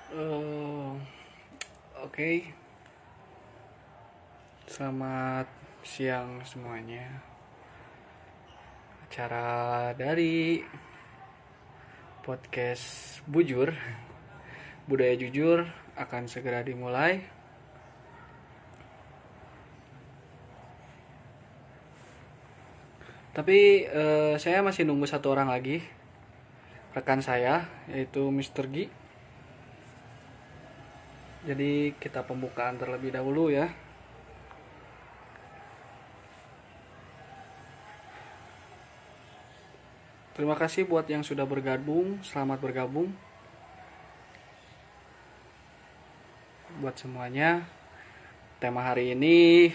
Eh, Oke, selamat siang semuanya. Acara dari podcast Bujur, Budaya Jujur akan segera dimulai. Tapi saya masih nunggu satu orang lagi, rekan saya, yaitu Mr. Gi. Jadi kita pembukaan terlebih dahulu ya. Terima kasih buat yang sudah bergabung, selamat bergabung buat semuanya. Tema hari ini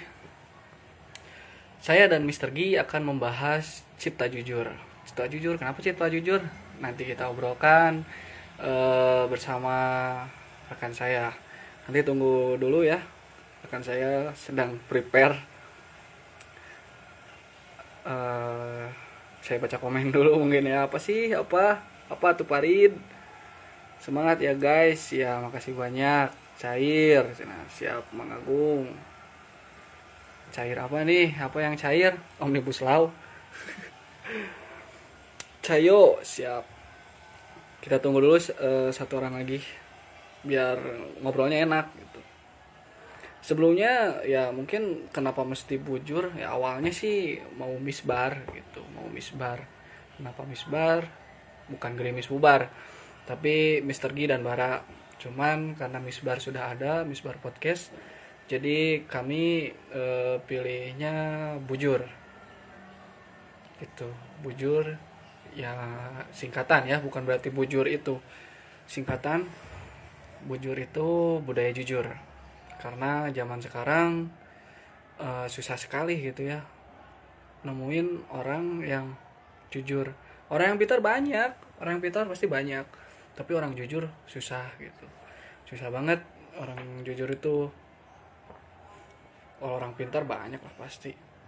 saya dan Mr. Gi akan membahas cipta jujur. Cipta jujur, kenapa cipta jujur? Nanti kita obrolkan bersama rekan saya. Nanti tunggu dulu ya. Rekan saya sedang prepare. Eh, saya baca komen dulu mungkin ya. Apa sih? Apa tuh Parid? Semangat ya guys. Ya, makasih banyak. Cair. Nah, siap mengagung. Cair apa nih? Apa yang cair? Omnibus Law. Cayo, siap. Kita tunggu dulu satu orang lagi biar ngobrolnya enak gitu. Sebelumnya ya mungkin kenapa mesti bujur? Ya awalnya sih mau misbar gitu, mau misbar. Kenapa misbar? Bukan gerimis bubar, tapi Mister Gi dan Bara. Cuman karena misbar sudah ada, misbar podcast, jadi kami pilihnya bujur. Gitu, bujur ya singkatan ya, bukan berarti bujur itu singkatan. Bujur itu budaya jujur. Karena zaman sekarang susah sekali gitu ya nemuin orang yang jujur. Orang yang pintar banyak, orang yang pintar pasti banyak, tapi orang jujur susah gitu. Susah banget orang jujur itu. Orang pintar banyak lah pasti.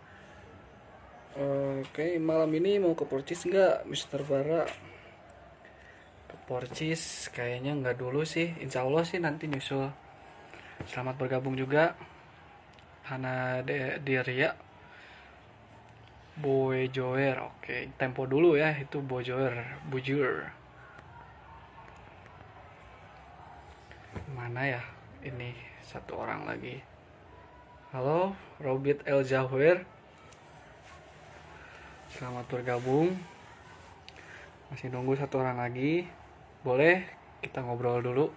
Oke, malam ini mau ke Porcis nggak, Mister Bara? Ke Porcis kayaknya nggak dulu sih. Insya Allah sih nanti nyusul. Selamat bergabung juga Hana Diria. Boy Joer, oke, tempo dulu ya, itu Boy Joer, bujur. Mana ya? Ini satu orang lagi. Halo, Robert El Jahwer. Selamat bergabung. Masih nunggu satu orang lagi. Boleh kita ngobrol dulu.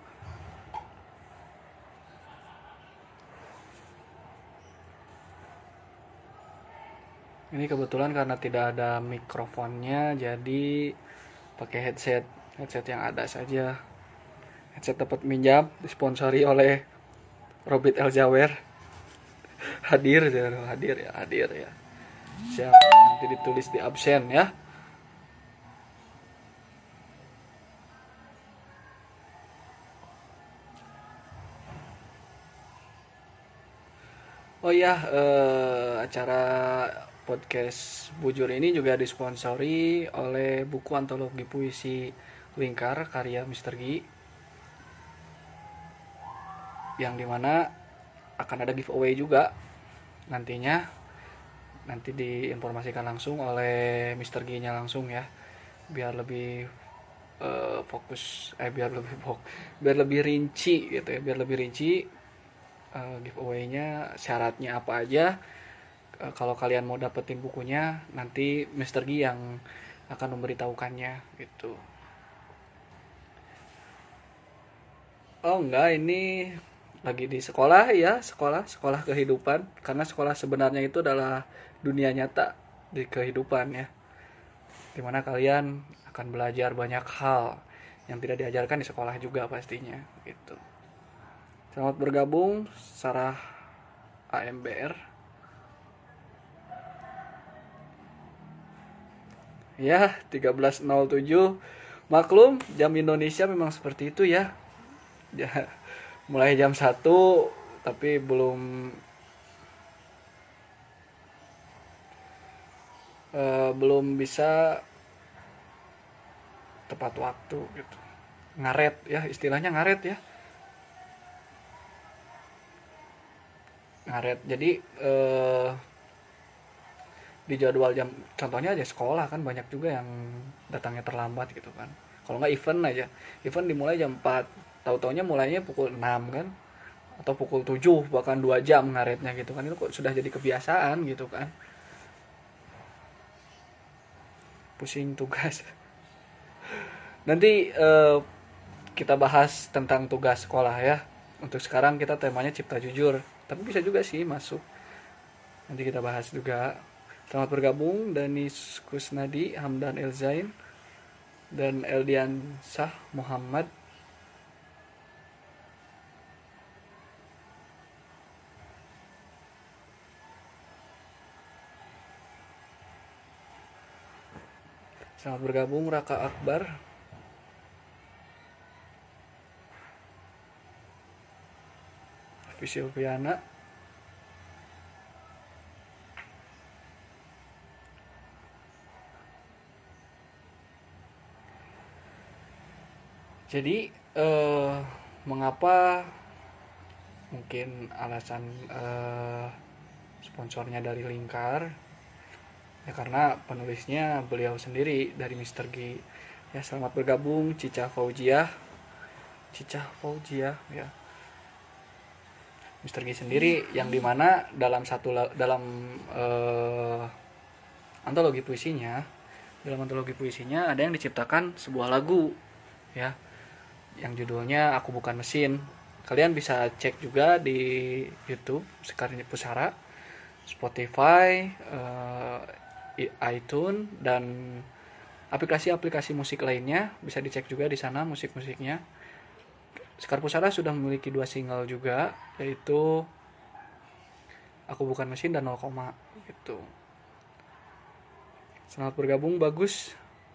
Ini kebetulan karena tidak ada mikrofonnya, jadi pakai headset yang ada saja. Headset dapat minjam, disponsori oleh Robert El Jawer. Hadir, hadir ya. Siap, nanti ditulis di absen ya. Oh iya, acara podcast Bujur ini juga disponsori oleh buku antologi puisi Lingkar karya Mr. Gi, yang dimana akan ada giveaway juga nantinya. Nanti diinformasikan langsung oleh Mr. G-nya langsung ya, biar lebih fokus, biar lebih rinci gitu ya, biar lebih rinci giveaway-nya syaratnya apa aja. Kalau kalian mau dapetin bukunya, nanti Mr. Gi yang akan memberitahukannya gitu. Oh enggak, ini lagi di sekolah ya, sekolah kehidupan. Karena sekolah sebenarnya itu adalah dunia nyata di kehidupan ya, dimana kalian akan belajar banyak hal yang tidak diajarkan di sekolah juga pastinya gitu. Selamat bergabung Sarah AMBR. Ya, 13.07. Maklum, jam Indonesia memang seperti itu ya. Ya, mulai jam 1 tapi belum bisa tepat waktu gitu. Ngaret ya, istilahnya ngaret ya. ngaret. Jadi di jadwal jam, contohnya aja sekolah kan banyak juga yang datangnya terlambat gitu kan. Kalau nggak event aja, event dimulai jam 4, tahu-taunya mulainya pukul 6 kan, atau pukul 7, bahkan 2 jam ngaretnya gitu kan. Itu kok sudah jadi kebiasaan gitu kan. Pusing tugas. Nanti kita bahas tentang tugas sekolah ya. Untuk sekarang kita temanya cipta jujur, tapi bisa juga sih masuk. Nanti kita bahas juga. Selamat bergabung Danis Kusnadi, Hamdan Elzain, dan Eldian Shah Muhammad. Selamat bergabung Raka Akbar. Official Piana. Jadi mengapa mungkin alasan sponsornya dari Lingkar? Ya karena penulisnya beliau sendiri dari Mr. G. Ya selamat bergabung Cica Faujiah. Ya. Mr. G sendiri yang dimana dalam antologi puisinya, ada yang diciptakan sebuah lagu ya yang judulnya Aku Bukan Mesin. Kalian bisa cek juga di YouTube Sekar Pusara, Spotify, iTunes, dan aplikasi-aplikasi musik lainnya. Bisa dicek juga di sana musik-musiknya. Sekar Pusara sudah memiliki 2 single juga, yaitu Aku Bukan Mesin dan 0, gitu. Selamat bergabung Bagus.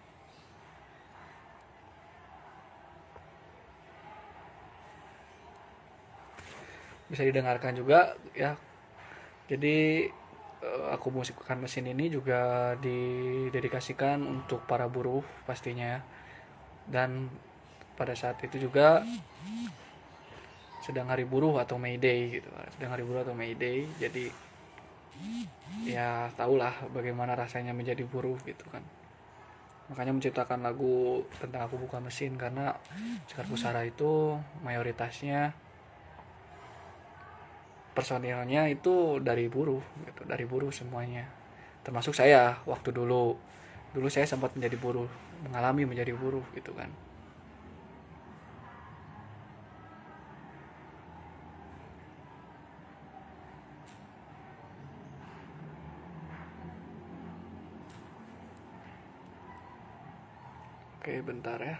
Bisa didengarkan juga ya. Jadi Aku Bukan Mesin ini juga didedikasikan untuk para buruh pastinya. Dan pada saat itu juga sedang hari buruh atau May Day gitu. Jadi ya tahulah bagaimana rasanya menjadi buruh gitu kan. Makanya menciptakan lagu tentang Aku Bukan Mesin, karena Sekar Pusara itu mayoritasnya personilnya itu dari buruh gitu, dari buruh semuanya. Termasuk saya waktu dulu saya sempat menjadi buruh, mengalami menjadi buruh gitu kan. Oke, bentar ya.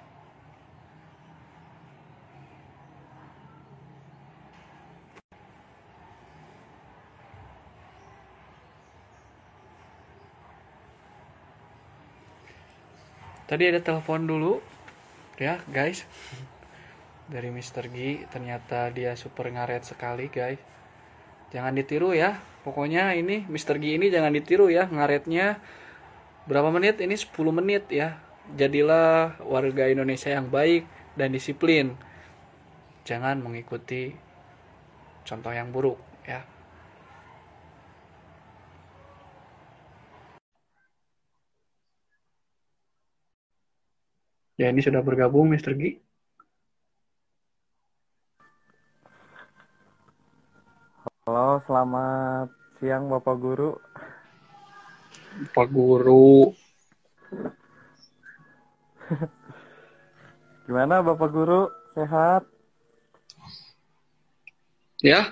Tadi ada telepon dulu ya guys, dari Mr. G. Ternyata dia super ngaret sekali guys. Jangan ditiru ya. Pokoknya ini Mr. G ini jangan ditiru ya ngaretnya. Berapa menit? Ini 10 menit ya. Jadilah warga Indonesia yang baik dan disiplin. Jangan mengikuti contoh yang buruk ya. Ya, ini sudah bergabung Mr. G. Halo, selamat siang Bapak Guru. Pak Guru. Gimana Bapak Guru? Sehat? Ya.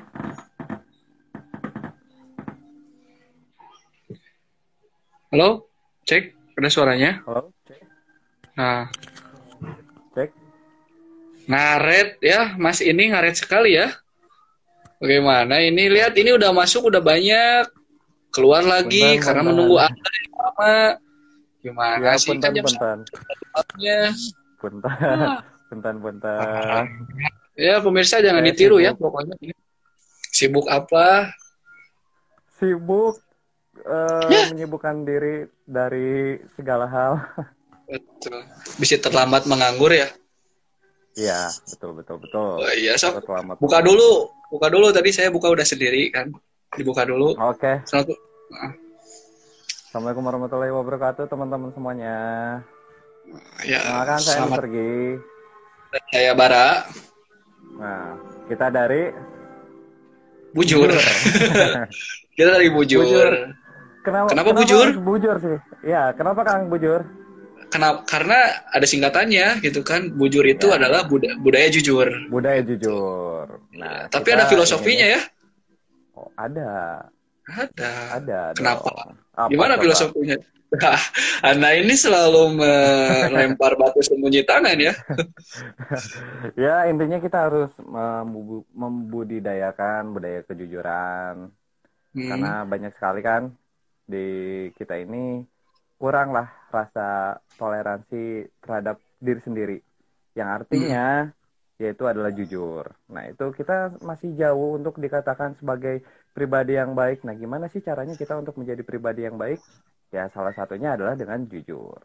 Halo, cek, ada suaranya. Halo, cek. Nah, Cek. ngaret ya, Mas ini ngaret sekali ya. Bagaimana ini? Lihat ini udah masuk, udah banyak. Keluar lagi Punten, karena punten. menunggu Anda yang lama. Gimana Ya, sih? Kan punten, jam punten. saatnya. Punten, Ah. punten, punten. Ya, pemirsa jangan Saya ditiru ya sibuk. pokoknya. Sibuk apa? Sibuk Ya, menyibukkan diri dari segala hal. betul. Bisa terlambat menganggur ya. Iya, betul betul betul. Oh, iya, sok. Selamat Buka dulu. Buka dulu. Tadi saya buka udah sendiri kan. Dibuka dulu. Oke. Selamat. Nah, Assalamualaikum warahmatullahi wabarakatuh, teman-teman semuanya. ya, Kenalkan saya selamat. Mr. Gi. Saya Bara. Nah, kita dari Bujur. Kita dari Bujur. Bujur. Kenapa Bujur? harus bujur sih? Ya, kenapa Kang Bujur? Karena ada singkatannya gitu kan. Bujur itu Ya. adalah budaya jujur. Budaya jujur. Nah, Tapi kita ada filosofinya ya. Oh, ada. Ada. Kenapa? Dong. Apa, Gimana coba? filosofinya? Anda ini selalu melempar batu sembunyi tangan ya. Ya, intinya kita harus membudidayakan budaya kejujuran. Karena banyak sekali kan di kita ini kurang lah rasa toleransi terhadap diri sendiri. Yang artinya yaitu adalah jujur. Nah, itu kita masih jauh untuk dikatakan sebagai pribadi yang baik. Nah, gimana sih caranya kita untuk menjadi pribadi yang baik? Ya, salah satunya adalah dengan jujur.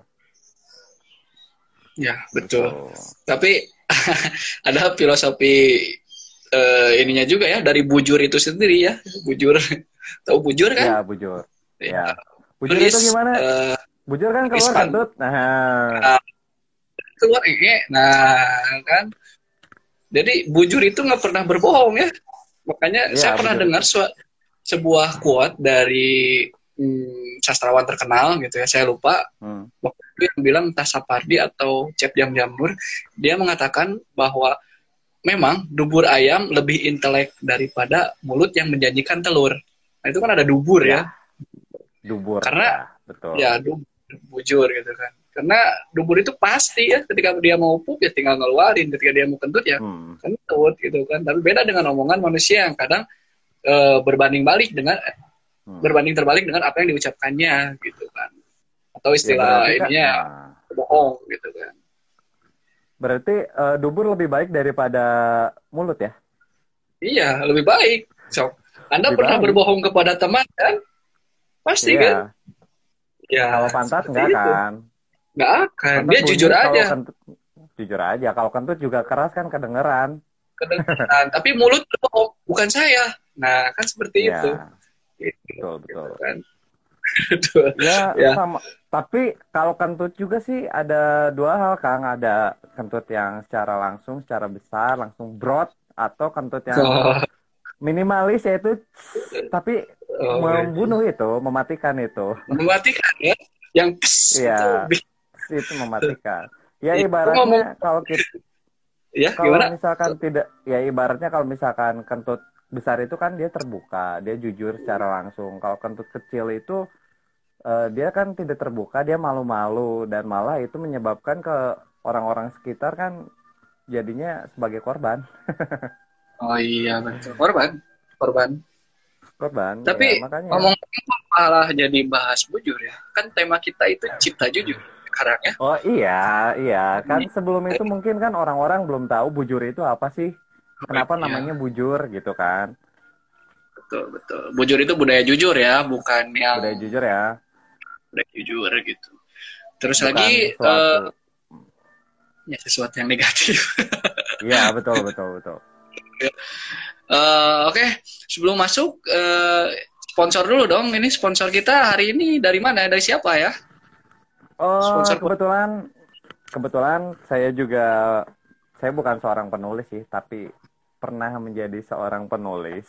Ya, betul. Betul. Tapi ada filosofi ininya juga ya dari bujur itu sendiri ya. Bujur. Tahu bujur kan? Ya, bujur. Ya. Bujur Tulis, itu gimana? Bujur kan keluar tulisan. kentut. Nah, Keluar Nah, kan. Jadi bujur itu nggak pernah berbohong ya. Makanya Ya, saya pernah bujur dengar sebuah quote dari sastrawan terkenal gitu ya. Saya lupa. Waktu itu yang bilang entah Sapardi atau Cep Jamjamur, dia mengatakan bahwa memang dubur ayam lebih intelek daripada mulut yang menjanjikan telur. Nah, itu kan ada dubur ya. Dubur. Karena ya, betul. Ya bujur gitu kan. Karena dubur itu pasti ya, ketika dia mau pup ya tinggal ngeluarin, ketika dia mau kentut ya kentut gitu kan. Tapi beda dengan omongan manusia yang kadang berbanding terbalik dengan apa yang diucapkannya gitu kan. Atau istilah Ya, ininya bohong gitu kan. Berarti dubur lebih baik daripada mulut ya? Iya, lebih baik. So, Anda lebih pernah baik. berbohong kepada teman kan? Pasti kan? Ya, kalau pantat enggak itu. kan? Enggak akan. Pantat Dia jujur aja. Jujur aja. Kalau kentut juga keras kan kedengeran. Tapi mulut berbohong, bukan saya. Nah, kan seperti itu. Betul. Gitu kan. Ya, sama. Tapi kalau kentut juga sih ada dua hal, Kang. Ada kentut yang secara langsung, secara besar, langsung broad. Atau kentut yang minimalis, yaitu tapi membunuh itu, mematikan itu. Mematikan ya? Yang itu mematikan. Ya ibaratnya kalau kita misalkan tidak, ya ibaratnya kalau misalkan kentut besar itu kan dia terbuka, dia jujur secara langsung. Kalau kentut kecil itu dia kan tidak terbuka, dia malu-malu dan malah itu menyebabkan ke orang-orang sekitar kan jadinya sebagai korban. Oh iya betul, korban. Tapi ya, makanya ngomong malah jadi bahas bujur ya. Kan tema kita itu cipta jujur sekarang ya. Oh iya. Kan sebelum itu mungkin kan orang-orang belum tahu bujur itu apa sih. Kenapa namanya bujur gitu kan. Betul. Bujur itu budaya jujur ya, bukan yang budaya jujur ya. Budaya jujur gitu. Terus bukan lagi sesuatu. Sesuatu yang negatif. Iya, betul. Oke, sebelum masuk sponsor dulu dong. Ini sponsor kita hari ini dari mana? Dari siapa ya? Sponsor kebetulan saya bukan seorang penulis sih, tapi pernah menjadi seorang penulis.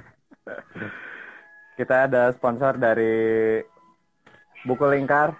Kita ada sponsor dari Buku Lingkar.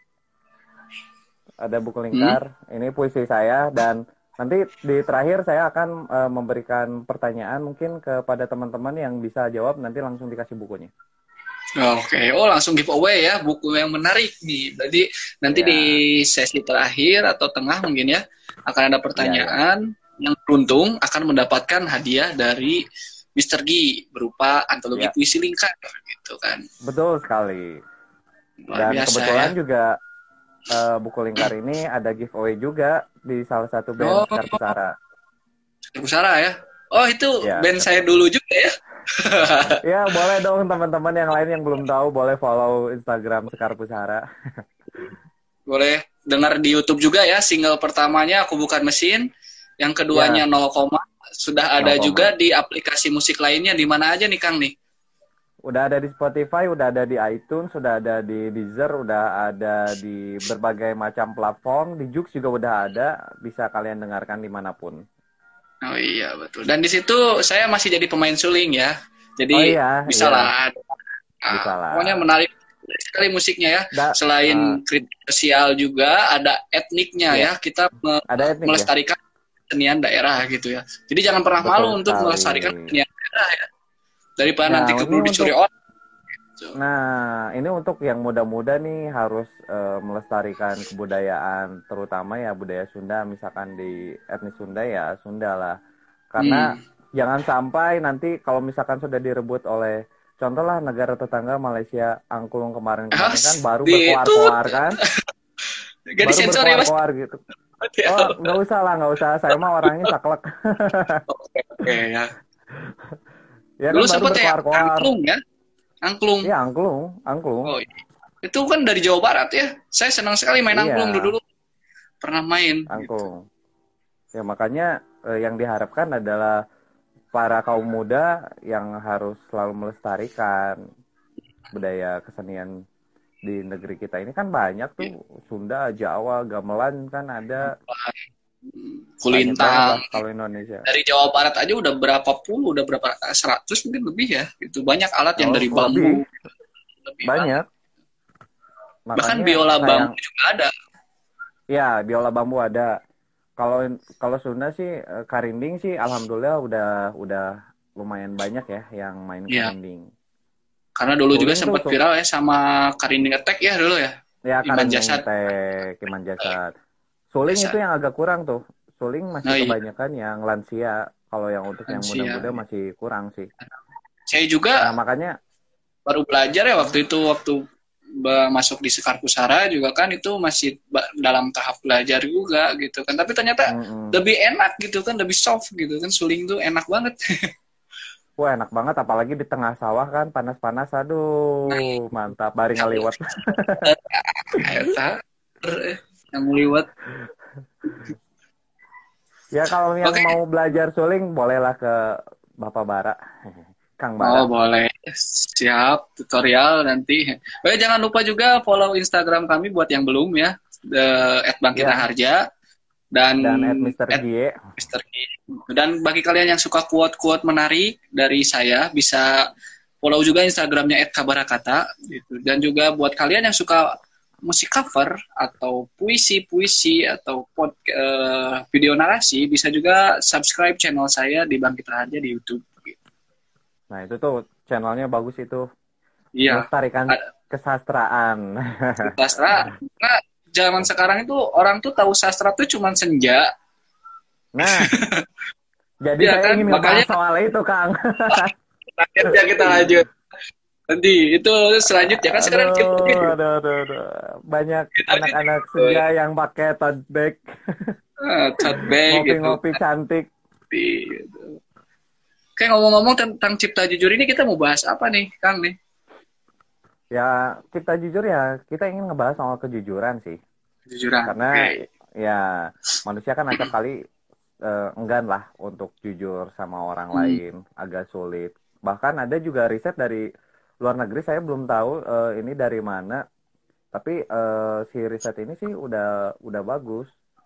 Ada Buku Lingkar. Ini puisi saya dan nanti di terakhir saya akan memberikan pertanyaan mungkin kepada teman-teman yang bisa jawab, nanti langsung dikasih bukunya. Oke, langsung giveaway ya, buku yang menarik nih. Jadi nanti di sesi terakhir atau tengah mungkin ya akan ada pertanyaan yang beruntung akan mendapatkan hadiah dari Mr. Gi berupa antologi puisi Lingkar gitu kan. Betul sekali. Luar dan biasa, kebetulan juga Buku Lingkar ini ada giveaway juga di salah satu band Sekar Pusara. Sekar Pusara ya? Oh itu band saya dulu juga ya? Ya boleh dong teman-teman yang lain yang belum tahu boleh follow Instagram Sekar Pusara. Boleh dengar di YouTube juga ya, single pertamanya Aku Bukan Mesin Yang keduanya Ya. 0, sudah ada 0, juga di aplikasi musik lainnya. Di mana aja nih Kang nih? udah ada di Spotify, udah ada di iTunes, udah ada di Deezer, udah ada di berbagai macam platform. Di Joox juga udah ada, bisa kalian dengarkan dimanapun. Oh iya betul. Dan di situ saya masih jadi pemain suling ya. Oh Jadi iya, bisa iya, lah. bisa Pokoknya lah. menarik sekali musiknya ya. Selain kritik sosial juga ada etniknya ya. Kita ada etnik, melestarikan kesenian daerah gitu ya. Jadi jangan pernah Betul malu untuk sekali. melestarikan kesenian daerah ya. Daripada Nah, nanti keburu dicuri orang. Nah, ini untuk yang muda-muda nih harus melestarikan kebudayaan, terutama ya budaya Sunda, misalkan di etnis Sunda ya Sunda lah. Karena jangan sampai nanti kalau misalkan sudah direbut oleh, contohlah negara tetangga Malaysia, Angklung kemarin kan baru berkoar-koar kan. Gak disensor ya, Mas? Berkoar-koar gitu. Oh, nggak usah lah, nggak usah. Saya mah orangnya saklek. Oke ya. Ya dulu kan baru sempat ya berkoar-koar. Angklung ya? Angklung. Iya, angklung. Oh, itu kan dari Jawa Barat ya. Saya senang sekali main angklung dulu. Pernah main. Angklung. Gitu. Ya makanya yang diharapkan adalah para kaum muda yang harus selalu melestarikan budaya kesenian di negeri kita ini kan banyak tuh. Sunda, Jawa, gamelan kan ada. Kulintang. Kalau Indonesia. Dari Jawa Barat aja udah berapa 100 mungkin lebih ya. Itu banyak alat yang dari bambu. Lebih banyak. Bahkan biola bambu juga ada. Ya, biola bambu ada. Kalau Sunda sih karinding sih alhamdulillah udah lumayan banyak ya yang main karinding. Karena dulu juga sempat viral ya sama karinding attack ya dulu ya. Ya, karinding attack, Iman Jasad. Suling itu yang agak kurang tuh. Suling masih kebanyakan yang lansia. Kalau yang untuk yang muda-muda masih kurang sih. Saya juga makanya baru belajar ya waktu masuk di Sekar Pusara juga kan itu masih dalam tahap belajar juga gitu kan. Tapi ternyata lebih enak gitu kan, lebih soft gitu kan. Suling tuh enak banget. Wah, enak banget apalagi di tengah sawah kan, panas-panas. Aduh, mantap. Bari ngaliwat. Yang ngeliwat. Ya kalau yang mau belajar suling bolehlah ke Bapak Bara. Kang Bara. Oh boleh, siap tutorial nanti. Jangan lupa juga follow Instagram kami buat yang belum ya, @bangkitaharja dan Mr. Gie. Dan bagi kalian yang suka quote-quote menarik dari saya bisa follow juga Instagramnya @kabarakata gitu. Dan juga buat kalian yang suka musik cover atau puisi atau video narasi bisa juga subscribe channel saya di Bangkita Harja di YouTube. Nah itu tuh channelnya bagus itu. Iya. Melestarikan kesastraan. Sastra. Nah, zaman sekarang itu orang tuh tahu sastra tuh cuma senja. Nah, jadi saya kan? ingin ngebahas soal itu, Kang. Ya kita lanjut. Nanti itu selanjutnya kan sekarang banyak anak-anak senja yang pakai tote bag. Tote bag ngopi-ngopi cantik. Gitu. Oke, ngomong-ngomong tentang cipta jujur ini kita mau bahas apa nih, Kang nih? Ya, cipta jujur ya kita ingin ngebahas soal kejujuran sih. Kejujuran. Karena ya manusia kan acap kali enggan lah untuk jujur sama orang lain, agak sulit. Bahkan ada juga riset dari luar negeri, saya belum tahu ini dari mana, tapi si riset ini sih udah bagus.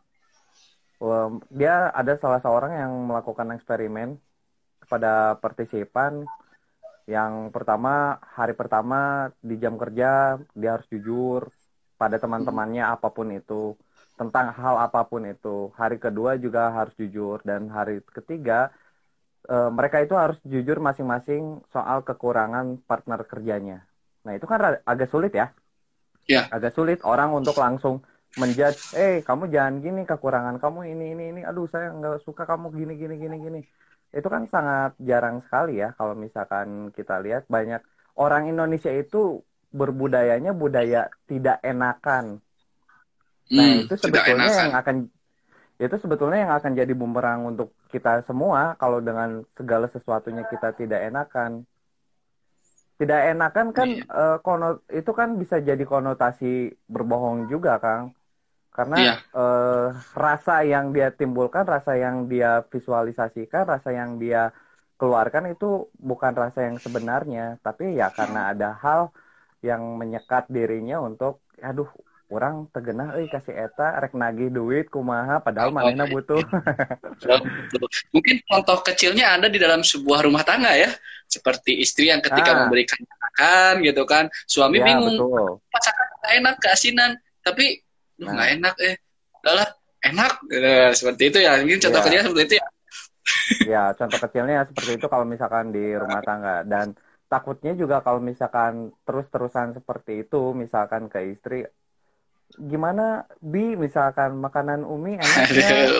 Dia ada salah seorang yang melakukan eksperimen kepada partisipan. Yang pertama, hari pertama di jam kerja dia harus jujur pada teman-temannya apapun itu, tentang hal apapun itu. Hari kedua juga harus jujur, dan hari ketiga mereka itu harus jujur masing-masing soal kekurangan partner kerjanya. Nah itu kan agak sulit ya. Ya. Agak sulit orang untuk langsung menjudge, kamu jangan gini, kekurangan kamu ini. Aduh, saya nggak suka kamu gini. Itu kan sangat jarang sekali ya kalau misalkan kita lihat banyak orang Indonesia itu berbudayanya budaya tidak enakan. Nah itu sebetulnya yang akan jadi bumerang untuk kita semua kalau dengan segala sesuatunya kita tidak enakan. Tidak enakan kan itu kan bisa jadi konotasi berbohong juga, Kang. Karena rasa yang dia timbulkan, rasa yang dia visualisasikan, rasa yang dia keluarkan itu bukan rasa yang sebenarnya, tapi ya karena ada hal yang menyekat dirinya untuk, aduh, orang tegenah kasih eta rek nagih duit kumaha padahal manehna butuh. Mungkin contoh kecilnya ada di dalam sebuah rumah tangga ya, seperti istri yang ketika memberikan makan gitu kan, suami bingung, masakan nggak enak keasinan, tapi nggak enak, udahlah enak, seperti itu ya. Mungkin contoh kecilnya seperti itu ya. Ya, contoh kecilnya seperti itu kalau misalkan di rumah tangga. Dan takutnya juga kalau misalkan terus-terusan seperti itu, misalkan ke istri, gimana Bi, misalkan makanan Umi enaknya,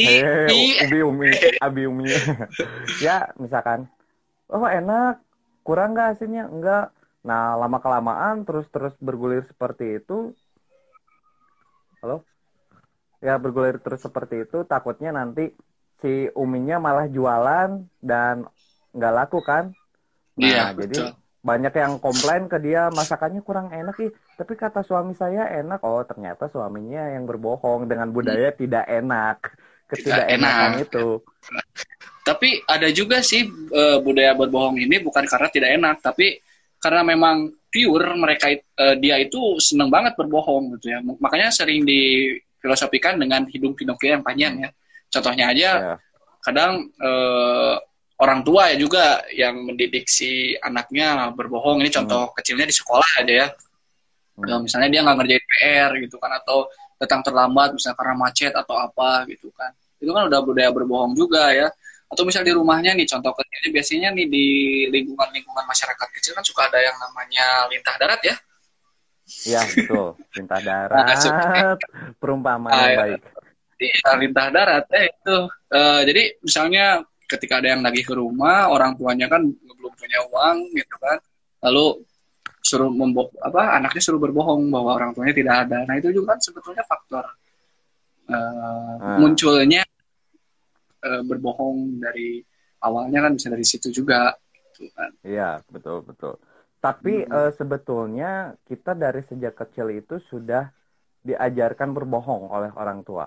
Abi Umi, ya misalkan, oh enak, kurang nggak hasilnya, enggak. Nah, lama-kelamaan terus-terus bergulir seperti itu, halo? Ya, bergulir terus seperti itu, takutnya nanti si Uminya malah jualan dan nggak laku kan. Nah, jadi banyak yang komplain ke dia, masakannya kurang enak sih. Tapi kata suami saya enak. Oh, ternyata suaminya yang berbohong dengan budaya tidak enak. Ketidakenakan itu. Tapi ada juga sih budaya berbohong ini bukan karena tidak enak, tapi karena memang pure mereka dia itu seneng banget berbohong gitu ya. Makanya sering difilosofikan dengan hidung Pinocchio yang panjang ya. Contohnya aja kadang orang tua ya juga yang mendidik si anaknya berbohong. Ini contoh kecilnya di sekolah aja ya. Misalnya dia nggak ngerjain PR gitu kan, atau datang terlambat misalnya karena macet atau apa gitu kan. Itu kan udah budaya berbohong juga ya. Atau misalnya di rumahnya nih, contoh kecilnya biasanya nih di lingkungan masyarakat kecil kan suka ada yang namanya lintah darat ya. Iya, betul. Lintah darat. Perumpamaan yang baik. Lintah darat itu. Jadi misalnya ketika ada yang lagi ke rumah, orang tuanya kan belum punya uang gitu kan. Lalu suruh anaknya suruh berbohong bahwa orang tuanya tidak ada. Nah, itu juga kan sebetulnya faktor munculnya berbohong dari awalnya kan bisa dari situ juga. Iya, betul. Tapi sebetulnya kita dari sejak kecil itu sudah diajarkan berbohong oleh orang tua.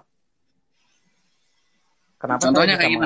Kenapa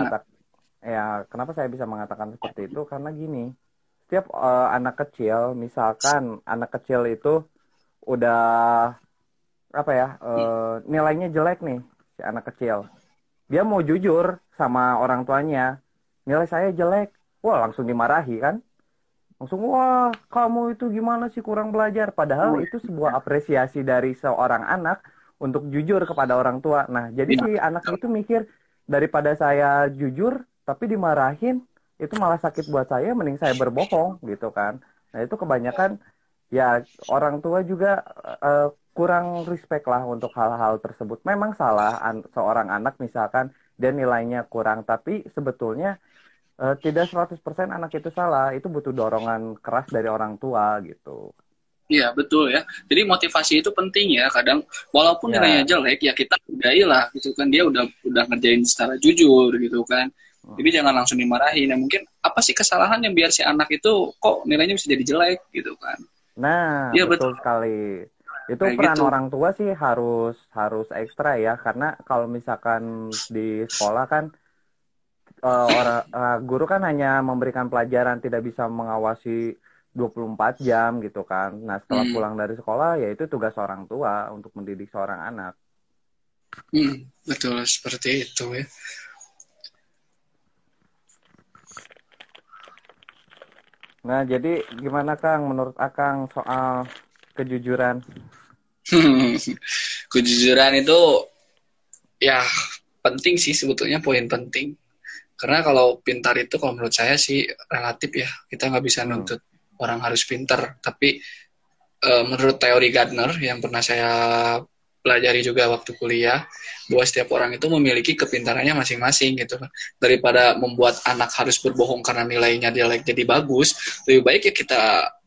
saya bisa mengatakan seperti itu? Karena gini, setiap anak kecil, misalkan anak kecil itu udah nilainya jelek nih, si anak kecil. Dia mau jujur sama orang tuanya, nilai saya jelek, wah langsung dimarahi kan? Langsung, wah kamu itu gimana sih kurang belajar. Padahal itu sebuah apresiasi dari seorang anak untuk jujur kepada orang tua. Nah, jadi si anak itu mikir, daripada saya jujur tapi dimarahin, itu malah sakit buat saya, mending saya berbohong gitu kan. Nah, itu kebanyakan ya orang tua juga kurang respect lah untuk hal-hal tersebut. Memang salah seorang anak misalkan dia nilainya kurang, tapi sebetulnya tidak 100% anak itu salah. Itu butuh dorongan keras dari orang tua gitu. Iya, betul ya. Jadi motivasi itu penting ya. Kadang walaupun nilainya jelek ya kita hargai lah gitu kan. Dia udah ngerjain secara jujur gitu kan. Jadi jangan langsung dimarahin. Nah, mungkin apa sih kesalahannya biar si anak itu kok nilainya bisa jadi jelek gitu kan. Nah, ya, betul sekali. Itu kayak peran orang tua sih harus ekstra ya, karena kalau misalkan di sekolah kan guru kan hanya memberikan pelajaran, tidak bisa mengawasi 24 jam gitu kan. Nah, setelah pulang dari sekolah ya itu tugas orang tua untuk mendidik seorang anak. Betul seperti itu ya. Nah, jadi gimana Kang menurut Akang soal kejujuran? Kejujuran itu ya penting sih sebetulnya, poin penting. Karena kalau pintar itu kalau menurut saya sih relatif ya. Kita nggak bisa nuntut orang harus pintar. Tapi menurut teori Gardner yang pernah saya pelajari juga waktu kuliah, bahwa setiap orang itu memiliki kepintarannya masing-masing gitu kan. Daripada membuat anak harus berbohong karena nilainya jelek jadi bagus, lebih baik ya kita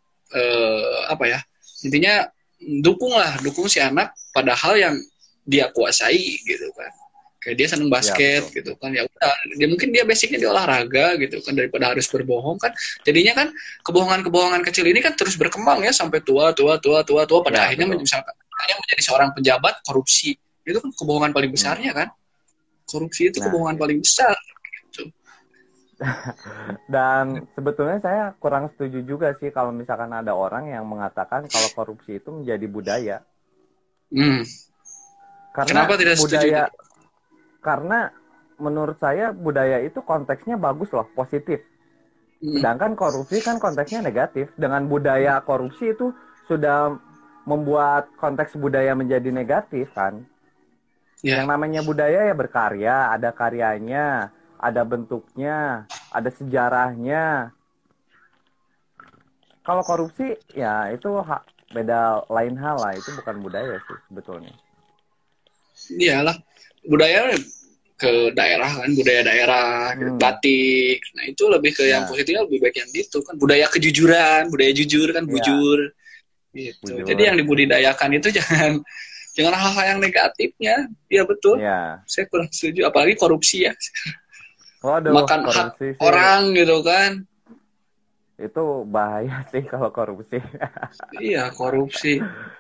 intinya dukung si anak pada hal yang dia kuasai gitu kan. Kayak dia seneng basket ya, gitu kan, ya udah, dia basicnya di olahraga gitu kan, daripada harus berbohong kan. Jadinya kan kebohongan kecil ini kan terus berkembang ya sampai tua pada akhirnya misalkan menjadi seorang pejabat korupsi Itu kan kebohongan paling besarnya kan. Korupsi itu kebohongan paling besar. Gitu. Dan sebetulnya saya kurang setuju juga sih kalau misalkan ada orang yang mengatakan kalau korupsi itu menjadi budaya. Karena Kenapa tidak budaya, setuju? karena menurut saya budaya itu konteksnya bagus loh, positif. Sedangkan korupsi kan konteksnya negatif. Dengan budaya korupsi itu sudah membuat konteks budaya menjadi negatif kan. Yang namanya budaya ya berkarya, ada karyanya, ada bentuknya, ada sejarahnya. Kalau korupsi ya itu beda, lain hal lah, itu bukan budaya sih sebetulnya. Iyalah, budaya ke daerah kan, budaya daerah, batik. Nah itu lebih ke yang positifnya, lebih baik yang gitu kan. Budaya kejujuran, budaya jujur kan, bujur. Gitu. Bujur. Jadi yang dibudidayakan itu jangan hal-hal yang negatifnya. Iya betul. Saya kurang setuju, apalagi korupsi ya. Waduh, makan hak orang gitu kan. Itu bahaya sih kalau korupsi. Iya, korupsi.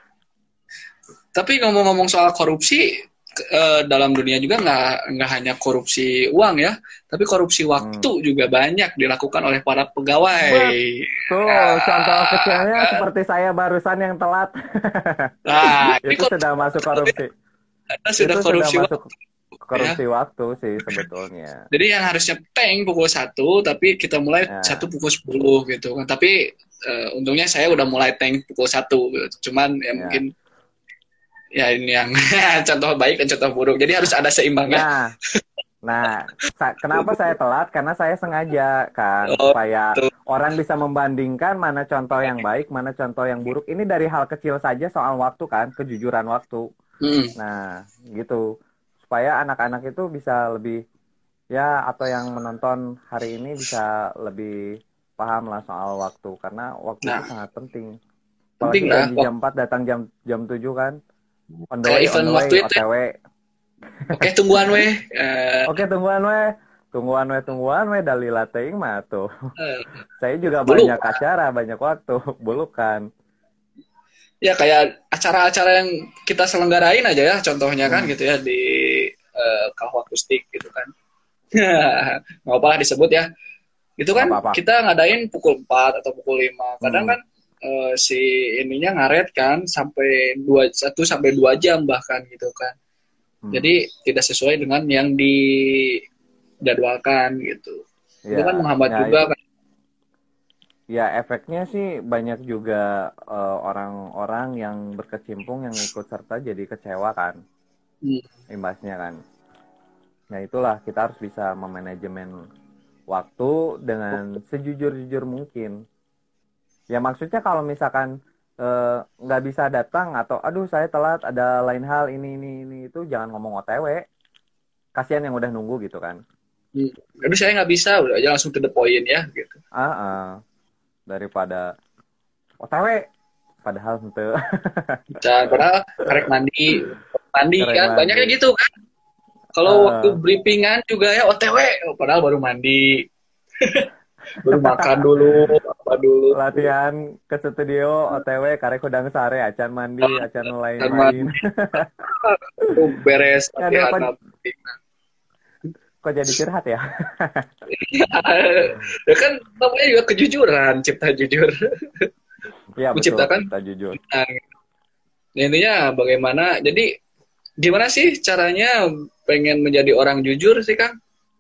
Tapi ngomong-ngomong soal korupsi, dalam dunia juga nggak hanya korupsi uang ya, tapi korupsi waktu juga banyak dilakukan oleh para pegawai. Betul, contoh kecilnya seperti saya barusan yang telat. Nah, itu sudah masuk korupsi. Sudah korupsi masuk korupsi waktu sih sebetulnya. Jadi yang harusnya tank pukul 1, tapi kita mulai 1 pukul 10 gitu kan. Tapi untungnya saya udah mulai tank pukul 1 gitu. Cuman ya mungkin ya ini yang contoh baik dan contoh buruk. Jadi harus ada seimbangnya. Nah, kenapa saya telat? Karena saya sengaja kan supaya orang bisa membandingkan mana contoh yang baik, mana contoh yang buruk. Ini dari hal kecil saja soal waktu kan, kejujuran waktu. Nah, gitu. Supaya anak-anak itu bisa lebih atau yang menonton hari ini bisa lebih paham lah soal waktu, karena waktu itu sangat penting. Apalagi dari jam 4 datang jam 7 kan. On the way, OTW. Oke, tungguan weh. Oke, tungguan weh dalila teuing mah tuh. Saya juga banyak acara, banyak waktu, bulukan. Ya kayak acara-acara yang kita selenggarain aja ya, contohnya kan gitu ya di Kahwa Akustik gitu kan. Nggak apa-apa disebut ya. Itu kan kita ngadain pukul 4 atau pukul 5. Kadang kan si ininya ngaret kan sampai 1 sampai 2 jam bahkan gitu kan. Jadi tidak sesuai dengan yang dijadwalkan gitu. Itu kan menghambat juga kan. Ya efeknya sih banyak juga orang-orang yang berkecimpung yang ikut serta jadi kecewa kan. Imbasnya kan. Nah itulah, kita harus bisa memanajemen waktu dengan sejujur-jujur mungkin. Ya maksudnya kalau misalkan nggak bisa datang atau aduh saya telat ada lain hal ini itu jangan ngomong OTW. Kasihan yang udah nunggu gitu kan. Aduh saya nggak bisa, udah aja langsung to the point ya gitu. Daripada OTW padahal ente. Padahal karek mandi kan banyaknya gitu kan. Kalau waktu briefingan juga ya OTW, padahal baru mandi. Baru makan dulu, apa dulu. Latihan ke studio OTW karek udang sare acan mandi, acan lain-lain. Beres latihan. Kok jadi curhat ya? Ya kan namanya juga kejujuran, cipta jujur. Iya betul, menciptakan cipta jujur. Nah, intinya bagaimana, jadi gimana sih caranya pengen menjadi orang jujur sih Kang?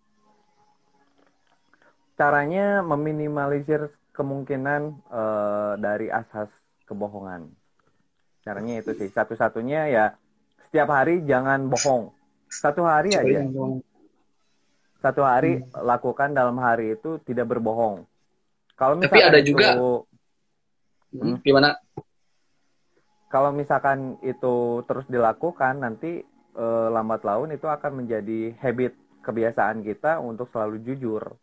Caranya meminimalisir kemungkinan dari asas kebohongan. Caranya itu sih, satu-satunya ya setiap hari jangan bohong. Satu hari aja. Satu hari lakukan dalam hari itu tidak berbohong. Kalau misalkan tapi ada juga gimana? Kalau misalkan itu terus dilakukan, nanti lambat laun itu akan menjadi habit, kebiasaan kita untuk selalu jujur.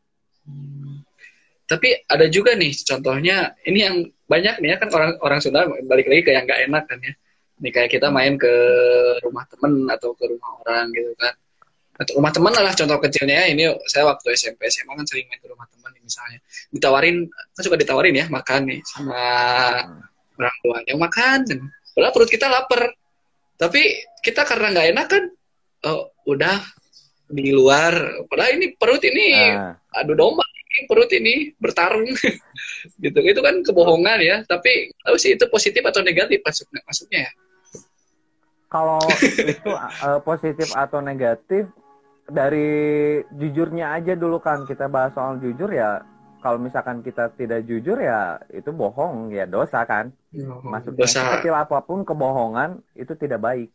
Tapi ada juga nih contohnya, ini yang banyak nih ya kan orang Sunda balik lagi ke yang nggak enak kan ya. Ini kayak kita main ke rumah temen atau ke rumah orang gitu kan. Atau rumah teman lah contoh kecilnya. Ini saya waktu SMP SMA kan sering main ke rumah teman misalnya. Ditawarin, kan suka ditawarin ya makan nih sama orang tuanya makan. Padahal perut kita lapar. Tapi kita karena nggak enak kan, oh, udah di luar. Padahal ini perut ini adu domba, ini perut ini bertarung, gitu. Itu kan kebohongan ya. Tapi tahu sih itu positif atau negatif maksudnya ya. Kalau itu positif atau negatif dari jujurnya aja dulu kan, kita bahas soal jujur ya. Kalau misalkan kita tidak jujur ya itu bohong ya, dosa kan. Maksudnya sekecil apapun kebohongan itu tidak baik.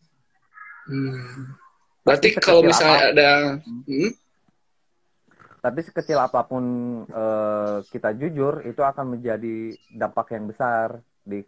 Berarti kalau misalnya ada tapi sekecil apapun kita jujur itu akan menjadi dampak yang besar di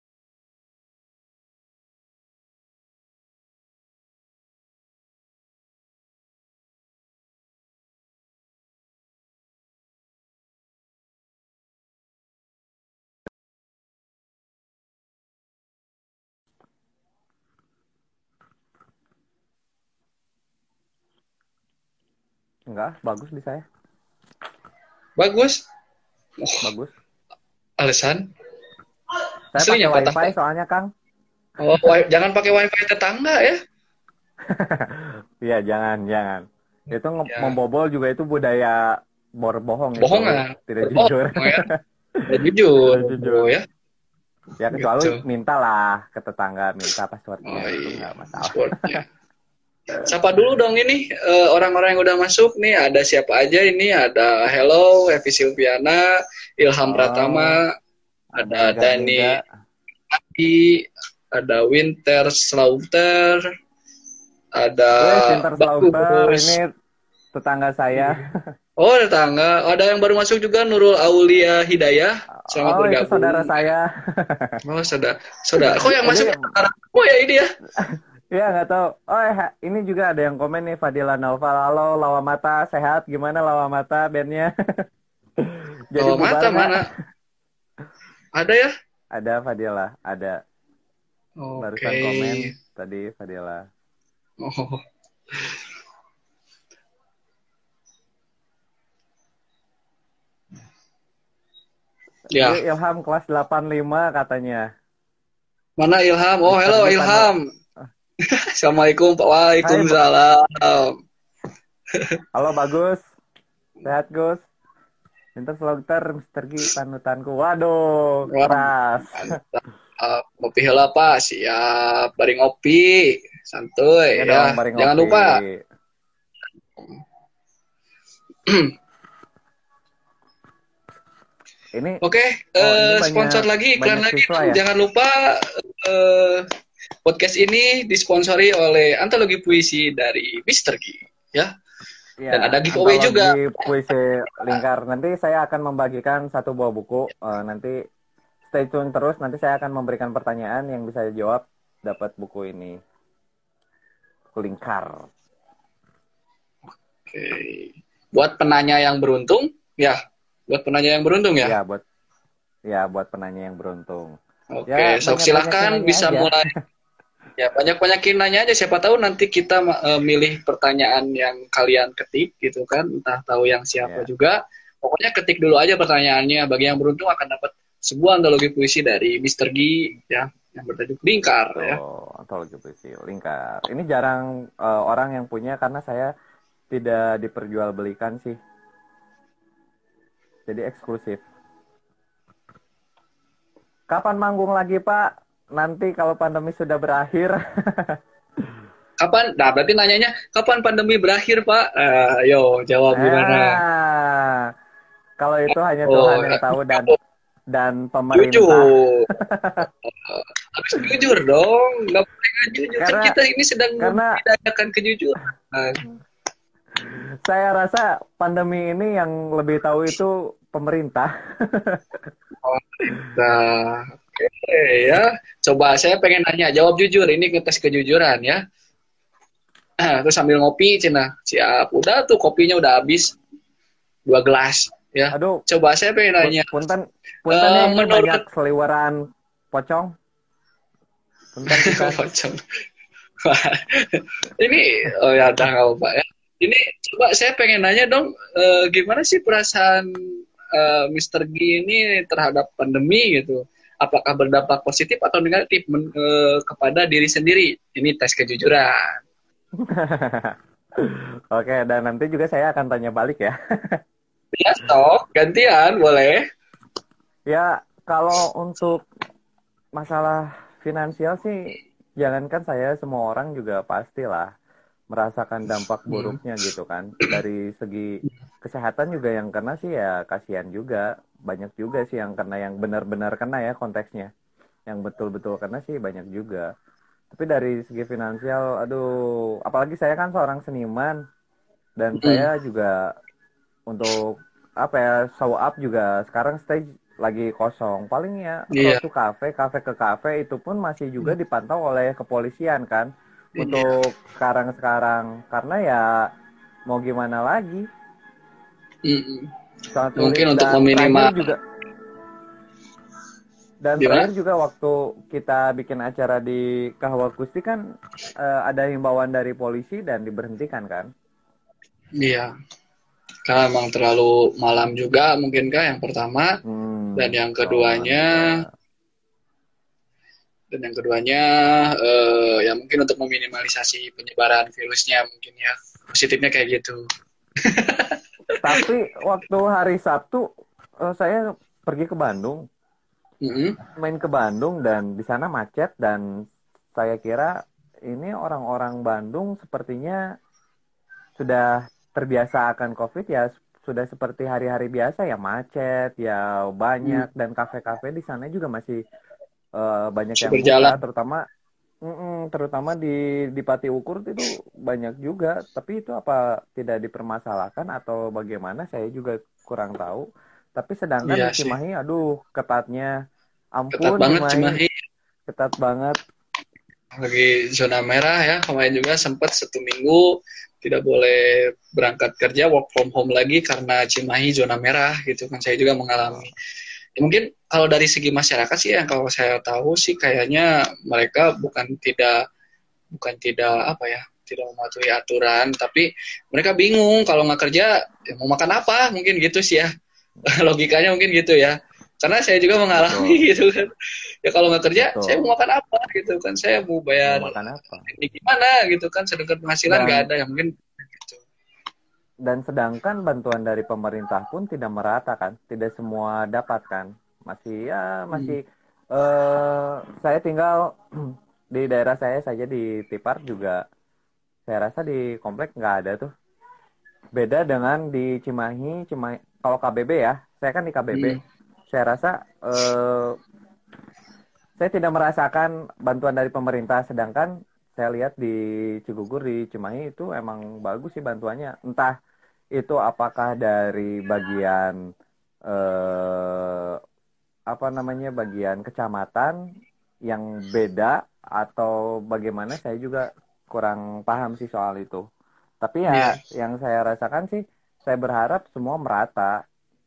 Enggak, bagus di saya. Bagus. Bagus. Alasan? Saya pakai wifi soalnya, Kang. Oh, jangan pakai wifi tetangga ya. Iya, jangan. Itu membobol juga itu budaya berbohong. Bohongan. Tidak jujur. Ya. Tidak jujur. Oh, ya. Ya kecuali mintalah ke tetangga, minta passwordnya. Oh, iya. Nggak masalah. Siapa dulu dong ini orang-orang yang udah masuk nih, ada siapa aja ini? Ada Hello, Evi Silviana, Ilham Pratama, ada Dani Adi, ada Winter Slaughter, ada Winter Slaughter, ini tetangga saya. Oh, tetangga. Ada yang baru masuk juga, Nurul Aulia Hidayah. Selamat bergabung. Itu saudara saya. Oh, saudara. Kok yang masuk saudara? Oh ya ini ya. Iya, nggak tahu. Oh, ini juga ada yang komen nih, Fadila Naufal. Halo, Lawamata, sehat? Gimana Lawamata bandnya? Lawamata mana? Ada ya? Ada Fadila, ada. Barusan komen tadi Fadila. Oh. Ya. Ilham kelas 85 katanya. Mana Ilham? Oh, halo Ilham. Assalamualaikum Pak. Waalaikumsalam. Halo Bagus. Sehat Gus. Winter Slaughter, Mr. G, panutanku. Waduh, keras. Ngopi heula Pak, siap. Bari ngopi, santuy ya. Jangan lupa. Ini sponsor lagi, iklan lagi. Ya? Jangan lupa podcast ini disponsori oleh Antologi Puisi dari Mr. G, ya. Ya, dan ada giveaway juga. Puisi Lingkar. Nanti saya akan membagikan satu buah buku. Nanti stay tune terus. Nanti saya akan memberikan pertanyaan yang bisa dijawab, dapat buku ini. Lingkar. Oke. Buat penanya yang beruntung, ya. Buat penanya yang beruntung ya. Buat penanya yang beruntung. Oke, silakan bisa aja. Mulai. Ya, banyak-banyakin nanya aja, siapa tahu nanti kita milih pertanyaan yang kalian ketik gitu kan, entah tahu yang siapa juga. Pokoknya ketik dulu aja pertanyaannya. Bagi yang beruntung akan dapat sebuah antologi puisi dari Mr. G ya, yang bertajuk Lingkar ya. Antologi puisi Lingkar. Ini jarang orang yang punya karena saya tidak diperjualbelikan sih. Jadi eksklusif. Kapan manggung lagi, Pak? Nanti kalau pandemi sudah berakhir. Kapan? Nah, berarti nanyanya kapan pandemi berakhir, Pak? Ayo, jawab gimana? Kalau itu hanya Tuhan yang tahu dan pemerintah. Jujur. Harus jujur dong. Nggak boleh nggak jujur. Kan kita ini sedang membidayakan kejujuran. Saya rasa pandemi ini yang lebih tahu itu pemerintah. Nah, oke ya. Coba saya pengen nanya, jawab jujur. Ini ngetes kejujuran ya. Terus sambil ngopi, Cina. Siap. Udah tuh kopinya udah habis. 2 gelas ya. Aduh. Coba saya pengen nanya. Punten ini banyak seliweran pocong. Punten kita. Pocong. Ini ya udah nggak apa ya. Ini coba saya pengen nanya dong, gimana sih perasaan Mr. G ini terhadap pandemi gitu? apakah berdampak positif atau negatif kepada diri sendiri. Ini tes kejujuran. Oke, dan nanti juga saya akan tanya balik ya. Ya, sok, gantian, boleh. Ya, kalau untuk masalah finansial sih, jangankan saya, semua orang juga pastilah merasakan dampak buruknya gitu kan. Dari segi kesehatan juga yang kena sih ya kasihan juga. Banyak juga sih yang kena, yang benar-benar kena ya konteksnya. Yang betul-betul kena sih banyak juga. Tapi dari segi finansial, aduh, apalagi saya kan seorang seniman. Dan saya juga untuk apa ya, show up juga sekarang stage lagi kosong. Paling ya road to cafe ke cafe itu pun masih juga dipantau oleh kepolisian kan. Untuk sekarang karena ya mau gimana lagi. Sangat sulit. Mungkin untuk dan meminimal juga dan terakhir juga waktu kita bikin acara di Kahwa Kusti kan ada himbauan dari polisi dan diberhentikan kan. Iya, karena memang terlalu malam juga mungkinkah yang pertama, dan yang keduanya ya mungkin untuk meminimalisasi penyebaran virusnya mungkin ya, positifnya kayak gitu. Tapi waktu hari Sabtu saya pergi ke Bandung, main ke Bandung dan di sana macet, dan saya kira ini orang-orang Bandung sepertinya sudah terbiasa akan COVID ya, sudah seperti hari-hari biasa ya, macet ya banyak, dan kafe-kafe di sana juga masih banyak yang buka, terutama di Pati Ukur itu banyak juga. Tapi itu apa tidak dipermasalahkan atau bagaimana, saya juga kurang tahu. Tapi sedangkan di Cimahi, aduh ketatnya, ampun, Cimahi ketat banget. Lagi zona merah ya, kemarin juga sempat 1 minggu tidak boleh berangkat kerja, work from home lagi karena Cimahi zona merah gitu kan. Saya juga mengalami. Ya, mungkin kalau dari segi masyarakat sih yang kalau saya tahu sih kayaknya mereka bukan tidak tidak mematuhi aturan, tapi mereka bingung kalau nggak kerja ya mau makan apa, mungkin gitu sih ya. Logikanya mungkin gitu ya. Karena saya juga mengalami gitu kan. Ya kalau nggak kerja, saya mau makan apa gitu kan. Saya mau bayar ini gimana gitu kan. Sedangkan penghasilan nggak ada, yang mungkin gitu. Dan sedangkan bantuan dari pemerintah pun tidak merata kan. Tidak semua dapat kan. Saya tinggal di daerah saya saja di Tipar juga. Saya rasa di komplek nggak ada tuh. Beda dengan di Cimahi, kalau KBB ya. Saya kan di KBB. Saya rasa saya tidak merasakan bantuan dari pemerintah, sedangkan saya lihat di Cigugur, di Cimahi itu emang bagus sih bantuannya. Entah itu apakah dari bagian bagian kecamatan yang beda atau bagaimana, saya juga kurang paham sih soal itu. Tapi ya yang saya rasakan sih, saya berharap semua merata.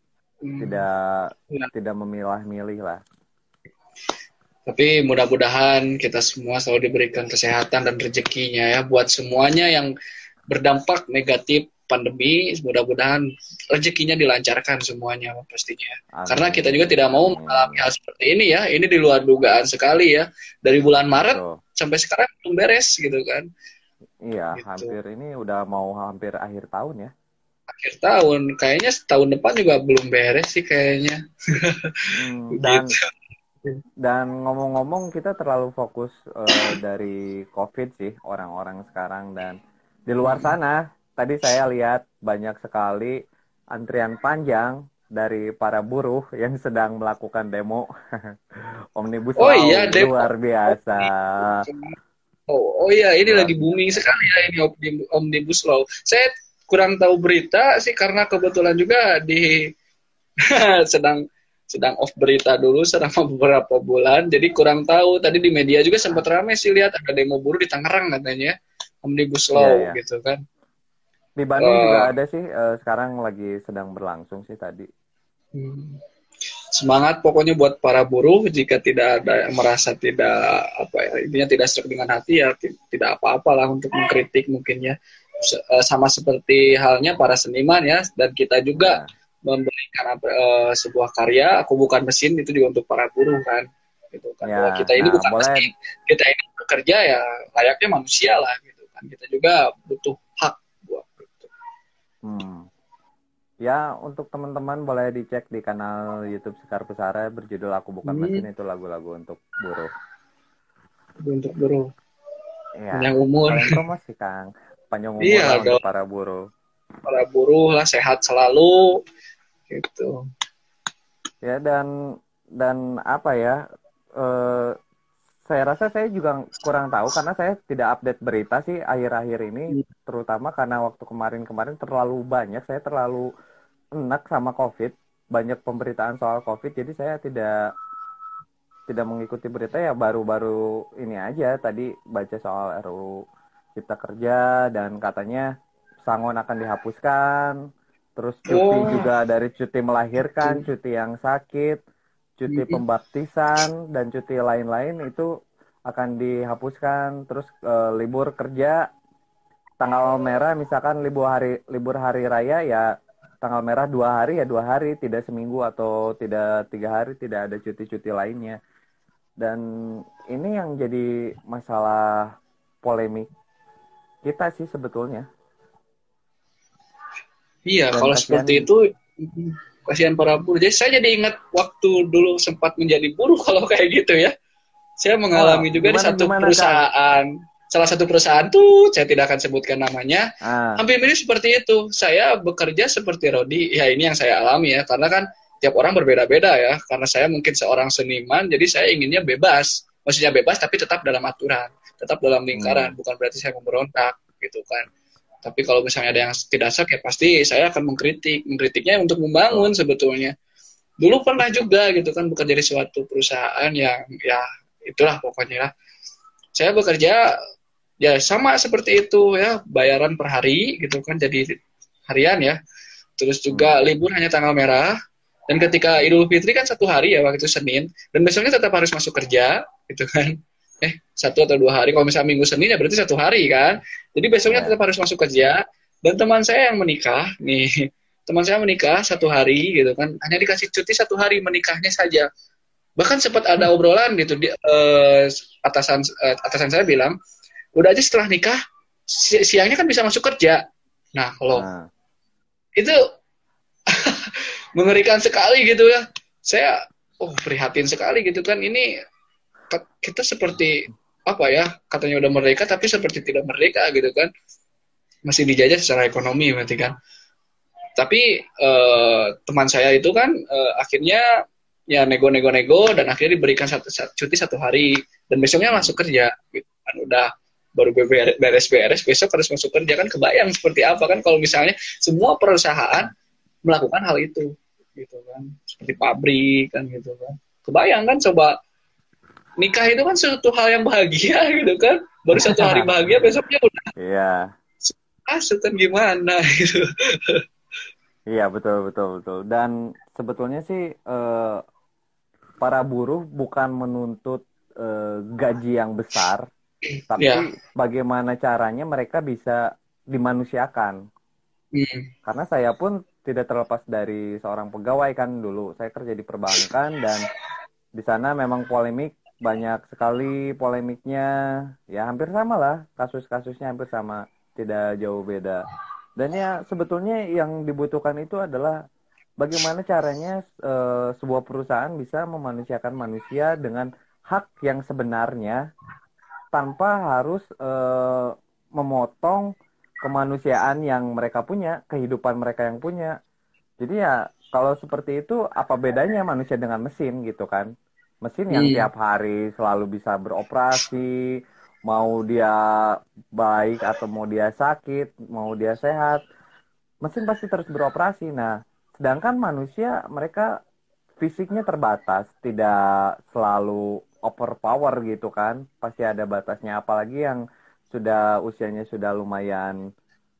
Tidak memilah-milih lah. Tapi mudah-mudahan kita semua selalu diberikan kesehatan dan rezekinya ya, buat semuanya yang berdampak negatif pandemi. Mudah-mudahan rezekinya dilancarkan semuanya pastinya. Amin. Karena kita juga tidak mau mengalami hal seperti ini ya. Ini di luar dugaan sekali ya. Dari bulan Maret sampai sekarang belum beres gitu kan. Iya, gitu. Hampir ini udah mau hampir akhir tahun ya. Akhir tahun, kayaknya tahun depan juga belum beres sih kayaknya. Dan ngomong-ngomong, kita terlalu fokus dari COVID sih orang-orang sekarang, dan di luar sana tadi saya lihat banyak sekali antrian panjang dari para buruh yang sedang melakukan demo Omnibus Law. Iya, luar biasa. Oh iya, ini lagi booming sekali ya ini Omnibus Law. Saya kurang tahu berita sih karena kebetulan juga di sedang off berita dulu selama beberapa bulan, jadi kurang tahu. Tadi di media juga sempat ramai sih lihat ada demo buruh di Tangerang katanya, Omnibus Law gitu kan. Di Bandung juga ada sih, sekarang lagi sedang berlangsung sih tadi. Semangat pokoknya buat para buruh. Jika tidak ada yang merasa tidak intinya tidak serak dengan hati ya tidak apa-apalah untuk mengkritik mungkin ya. Sama seperti halnya para seniman ya, dan kita juga memberikan sebuah karya, aku bukan mesin, itu juga untuk para buruh kan, gitu kan. Bahwa kita ini bukan mesin, kita ini bekerja ya layaknya manusia lah, gitu kan. Kita juga butuh hak buat itu. Ya, untuk teman-teman boleh dicek di kanal YouTube Sekar Pesara berjudul Aku Bukan Mesin, itu lagu-lagu untuk buruh. Untuk buruh. Ya, panjang umur. Kalian promosi, Kang. Panjang umur lah untuk para buruh. Para buruh lah, sehat selalu, gitu. Ya, dan apa ya, saya rasa saya juga kurang tahu karena saya tidak update berita sih akhir-akhir ini, terutama karena waktu kemarin-kemarin terlalu banyak, saya terlalu enak sama COVID, banyak pemberitaan soal COVID, jadi saya tidak mengikuti berita. Ya baru-baru ini aja tadi baca soal RUU Cipta Kerja dan katanya sangon akan dihapuskan, terus cuti juga dari cuti melahirkan, cuti yang sakit, cuti pembaptisan, dan cuti lain-lain itu akan dihapuskan. Terus libur kerja tanggal merah, misalkan libur hari raya ya tanggal merah 2 hari ya 2 hari, tidak seminggu atau tidak 3 hari, tidak ada cuti-cuti lainnya. Dan ini yang jadi masalah polemik kita sih sebetulnya. Iya, dan kalau seperti itu kasihan para buruh. Jadi saya jadi ingat waktu dulu sempat menjadi buruh kalau kayak gitu ya. Saya mengalami juga di satu perusahaan. Kan? Salah satu perusahaan tuh, saya tidak akan sebutkan namanya, hampir mirip seperti itu. Saya bekerja seperti Rodi, ya ini yang saya alami ya, karena kan tiap orang berbeda-beda ya, karena saya mungkin seorang seniman, jadi saya inginnya bebas. Maksudnya bebas, tapi tetap dalam aturan, tetap dalam lingkaran, bukan berarti saya memberontak, gitu kan. Tapi kalau misalnya ada yang tidak sak, ya pasti saya akan mengkritiknya untuk membangun sebetulnya. Dulu pernah juga gitu kan, bekerja di suatu perusahaan yang, ya itulah pokoknya lah. Saya bekerja ya sama seperti itu ya, bayaran per hari gitu kan, jadi harian ya. Terus juga libur hanya tanggal merah, dan ketika Idul Fitri kan 1 hari ya, waktu itu Senin, dan besoknya tetap harus masuk kerja gitu kan. 1 atau 2 hari, kalau misalnya Minggu Senin ya berarti 1 hari kan. Jadi besoknya tetap harus masuk kerja. Dan teman saya yang menikah nih, teman saya menikah 1 hari gitu kan, hanya dikasih cuti 1 hari menikahnya saja. Bahkan sempat ada obrolan gitu, atasan saya bilang, udah aja setelah nikah siangnya kan bisa masuk kerja. Nah kalau itu mengerikan sekali gitu ya. Saya prihatin sekali gitu kan. Ini kita seperti apa ya, katanya udah merdeka tapi seperti tidak merdeka gitu kan. Masih dijajah secara ekonomi berarti kan. Tapi teman saya itu kan akhirnya ya nego-nego dan akhirnya diberikan cuti 1 hari dan besoknya masuk kerja gitu kan. Udah baru beres-beres besok harus masuk kerja kan. Kebayang seperti apa kan kalau misalnya semua perusahaan melakukan hal itu gitu kan, seperti pabrik kan gitu kan. Kebayang kan, coba nikah itu kan suatu hal yang bahagia gitu kan, baru 1 hari bahagia besoknya udah masuk kan, gimana gitu. Iya betul. Dan sebetulnya sih para buruh bukan menuntut gaji yang besar, tapi bagaimana caranya mereka bisa dimanusiakan. Karena saya pun tidak terlepas dari seorang pegawai kan dulu. Saya kerja di perbankan dan di sana memang banyak sekali polemiknya. Ya hampir sama lah, kasus-kasusnya hampir sama, tidak jauh beda. Dan ya sebetulnya yang dibutuhkan itu adalah bagaimana caranya sebuah perusahaan bisa memanusiakan manusia dengan hak yang sebenarnya tanpa harus memotong kemanusiaan yang mereka punya, kehidupan mereka yang punya. Jadi ya kalau seperti itu apa bedanya manusia dengan mesin gitu kan? Mesin yang tiap hari selalu bisa beroperasi, mau dia baik atau mau dia sakit, mau dia sehat, mesin pasti terus beroperasi. Nah, sedangkan manusia mereka fisiknya terbatas, tidak selalu overpower gitu kan. Pasti ada batasnya, apalagi yang usianya sudah lumayan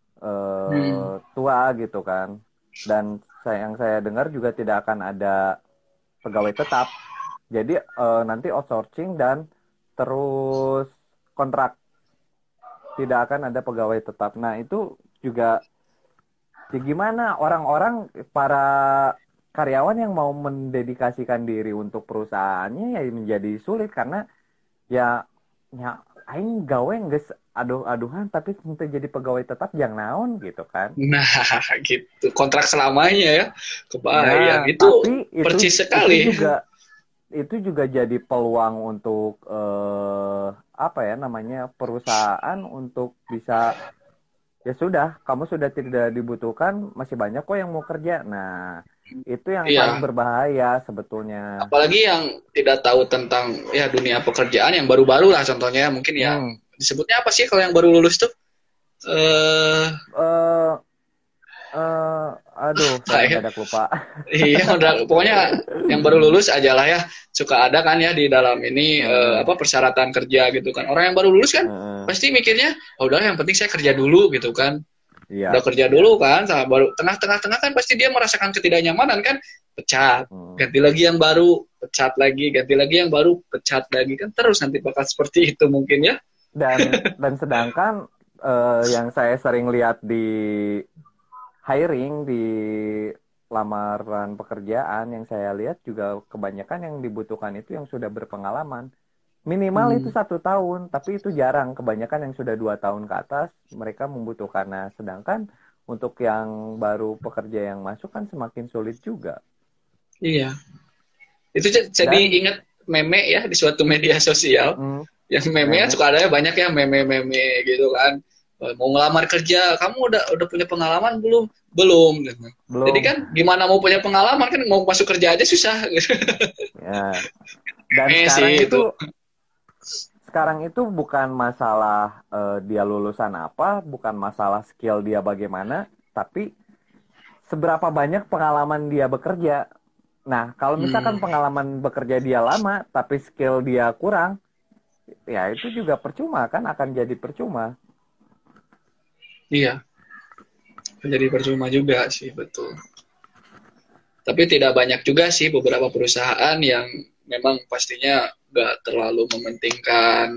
tua gitu kan. Dan yang saya dengar juga tidak akan ada pegawai tetap. Jadi nanti outsourcing dan terus kontrak. Tidak akan ada pegawai tetap. Nah, itu juga ya gimana orang-orang para karyawan yang mau mendedikasikan diri untuk perusahaannya ya menjadi sulit karena ya aing gawe geus aduh-aduhan tapi untuk jadi pegawai tetap jangan naon gitu kan. Nah, gitu. Kontrak selamanya ya. Kebayang. Nah, Itu tapi percis sekali. itu juga jadi peluang untuk apa ya namanya perusahaan untuk bisa ya sudah kamu sudah tidak dibutuhkan masih banyak kok yang mau kerja. Nah, itu yang paling Iya. berbahaya sebetulnya. Apalagi yang tidak tahu tentang ya dunia pekerjaan yang baru-baru lah contohnya mungkin yang disebutnya apa sih kalau yang baru lulus tuh? Aduh, saya mendadak lupa. Iya, pokoknya yang baru lulus aja lah ya. Suka ada kan ya di dalam ini persyaratan kerja gitu kan. Orang yang baru lulus kan pasti mikirnya, oh udah yang penting saya kerja dulu gitu kan. Iya, udah kerja dulu kan, sama baru tengah-tengah kan pasti dia merasakan ketidaknyamanan kan, pecat, ganti lagi yang baru, pecat lagi, ganti lagi yang baru, pecat lagi kan terus nanti bakal seperti itu mungkin ya. Dan sedangkan yang saya sering lihat di hiring di lamaran pekerjaan yang saya lihat juga kebanyakan yang dibutuhkan itu yang sudah berpengalaman. Minimal itu 1 tahun, tapi itu jarang. Kebanyakan yang sudah 2 tahun ke atas mereka membutuhkan. Nah, sedangkan untuk yang baru pekerja yang masuk kan semakin sulit juga. Iya. Itu jadi ingat meme ya di suatu media sosial. Yang meme suka ada banyak ya meme-meme gitu kan. Mau ngelamar kerja, kamu udah punya pengalaman belum? Belum. Jadi kan gimana mau punya pengalaman kan mau masuk kerja aja susah. Ya. Dan sekarang itu bukan masalah dia lulusan apa, bukan masalah skill dia bagaimana, tapi seberapa banyak pengalaman dia bekerja. Nah, kalau misalkan pengalaman bekerja dia lama, tapi skill dia kurang, ya itu juga percuma kan, akan jadi percuma. Iya, jadi percuma juga sih, betul. Tapi tidak banyak juga sih beberapa perusahaan yang memang pastinya nggak terlalu mementingkan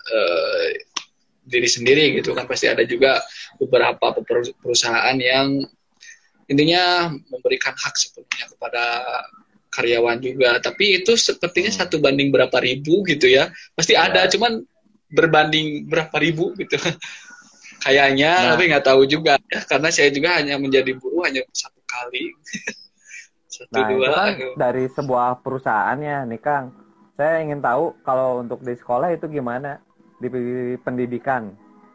diri sendiri gitu kan. Pasti ada juga beberapa perusahaan yang intinya memberikan hak sepenuhnya kepada karyawan juga. Tapi itu sepertinya 1 banding berapa ribu gitu ya. Pasti ada, cuman berbanding berapa ribu gitu. Kayaknya, tapi nggak tahu juga ya. Karena saya juga hanya menjadi buruh hanya 1 kali. Itu kan dari sebuah perusahaannya nih Kang. Saya ingin tahu kalau untuk di sekolah itu gimana di pendidikan.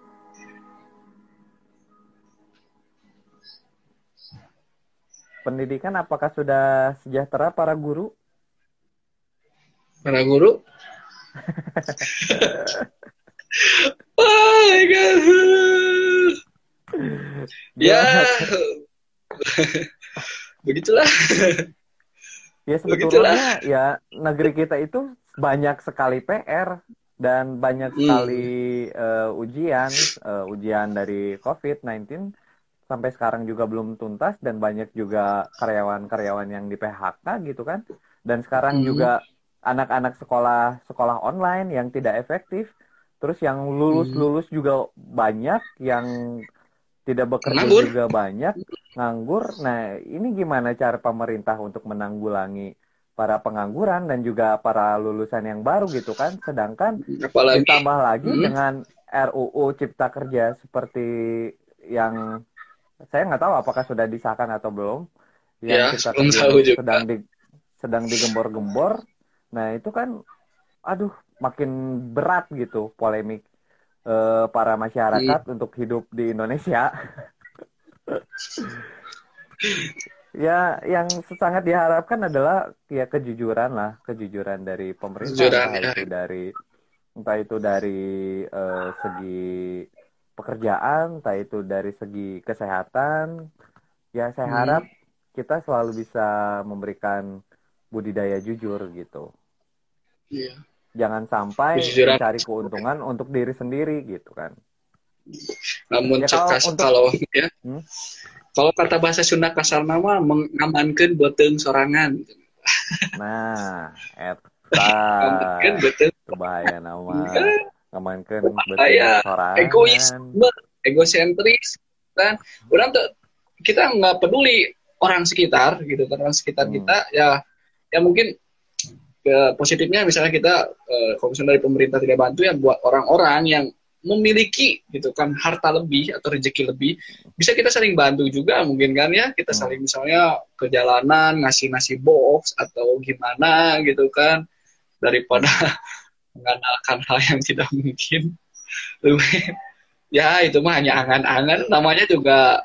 Pendidikan apakah sudah sejahtera para guru? Para guru? Oh my God. Ya. Begitulah. Ya sebetulnya ya negeri kita itu banyak sekali PR dan banyak sekali ujian dari COVID-19 sampai sekarang juga belum tuntas dan banyak juga karyawan-karyawan yang di PHK gitu kan. Dan sekarang juga anak-anak sekolah online yang tidak efektif. Terus yang lulus juga banyak, yang tidak bekerja juga banyak, nganggur. Nah, ini gimana cara pemerintah untuk menanggulangi para pengangguran dan juga para lulusan yang baru gitu kan? Sedangkan ditambah lagi dengan RUU Cipta Kerja seperti yang saya nggak tahu apakah sudah disahkan atau belum. Yang Cipta Kerja sedang digembor-gembor. Nah, itu kan aduh makin berat gitu polemik para masyarakat untuk hidup di Indonesia. Ya, yang sangat diharapkan adalah ya kejujuran dari pemerintah, entah itu dari segi pekerjaan, entah itu dari segi kesehatan. Ya, saya harap kita selalu bisa memberikan budidaya jujur gitu. Iya. Jangan sampai mencari keuntungan untuk diri sendiri gitu kan. Namun ya, kalau kata bahasa Sunda kasar nama mengamankan beuteung sorangan. Nah, eta kebaya nama ngamankeun beuteung sorangan. Egosentris kan. Urang tuh kita nggak peduli orang sekitar gitu kan, orang sekitar kita ya mungkin positifnya misalnya kita kalau misalnya dari pemerintah tidak bantu ya buat orang-orang yang memiliki gitu kan harta lebih atau rezeki lebih, bisa kita saling bantu juga mungkin kan ya, kita saling misalnya ke jalanan ngasih box atau gimana gitu kan, daripada mengandalkan hal yang tidak mungkin. Ya itu mah hanya angan-angan, namanya juga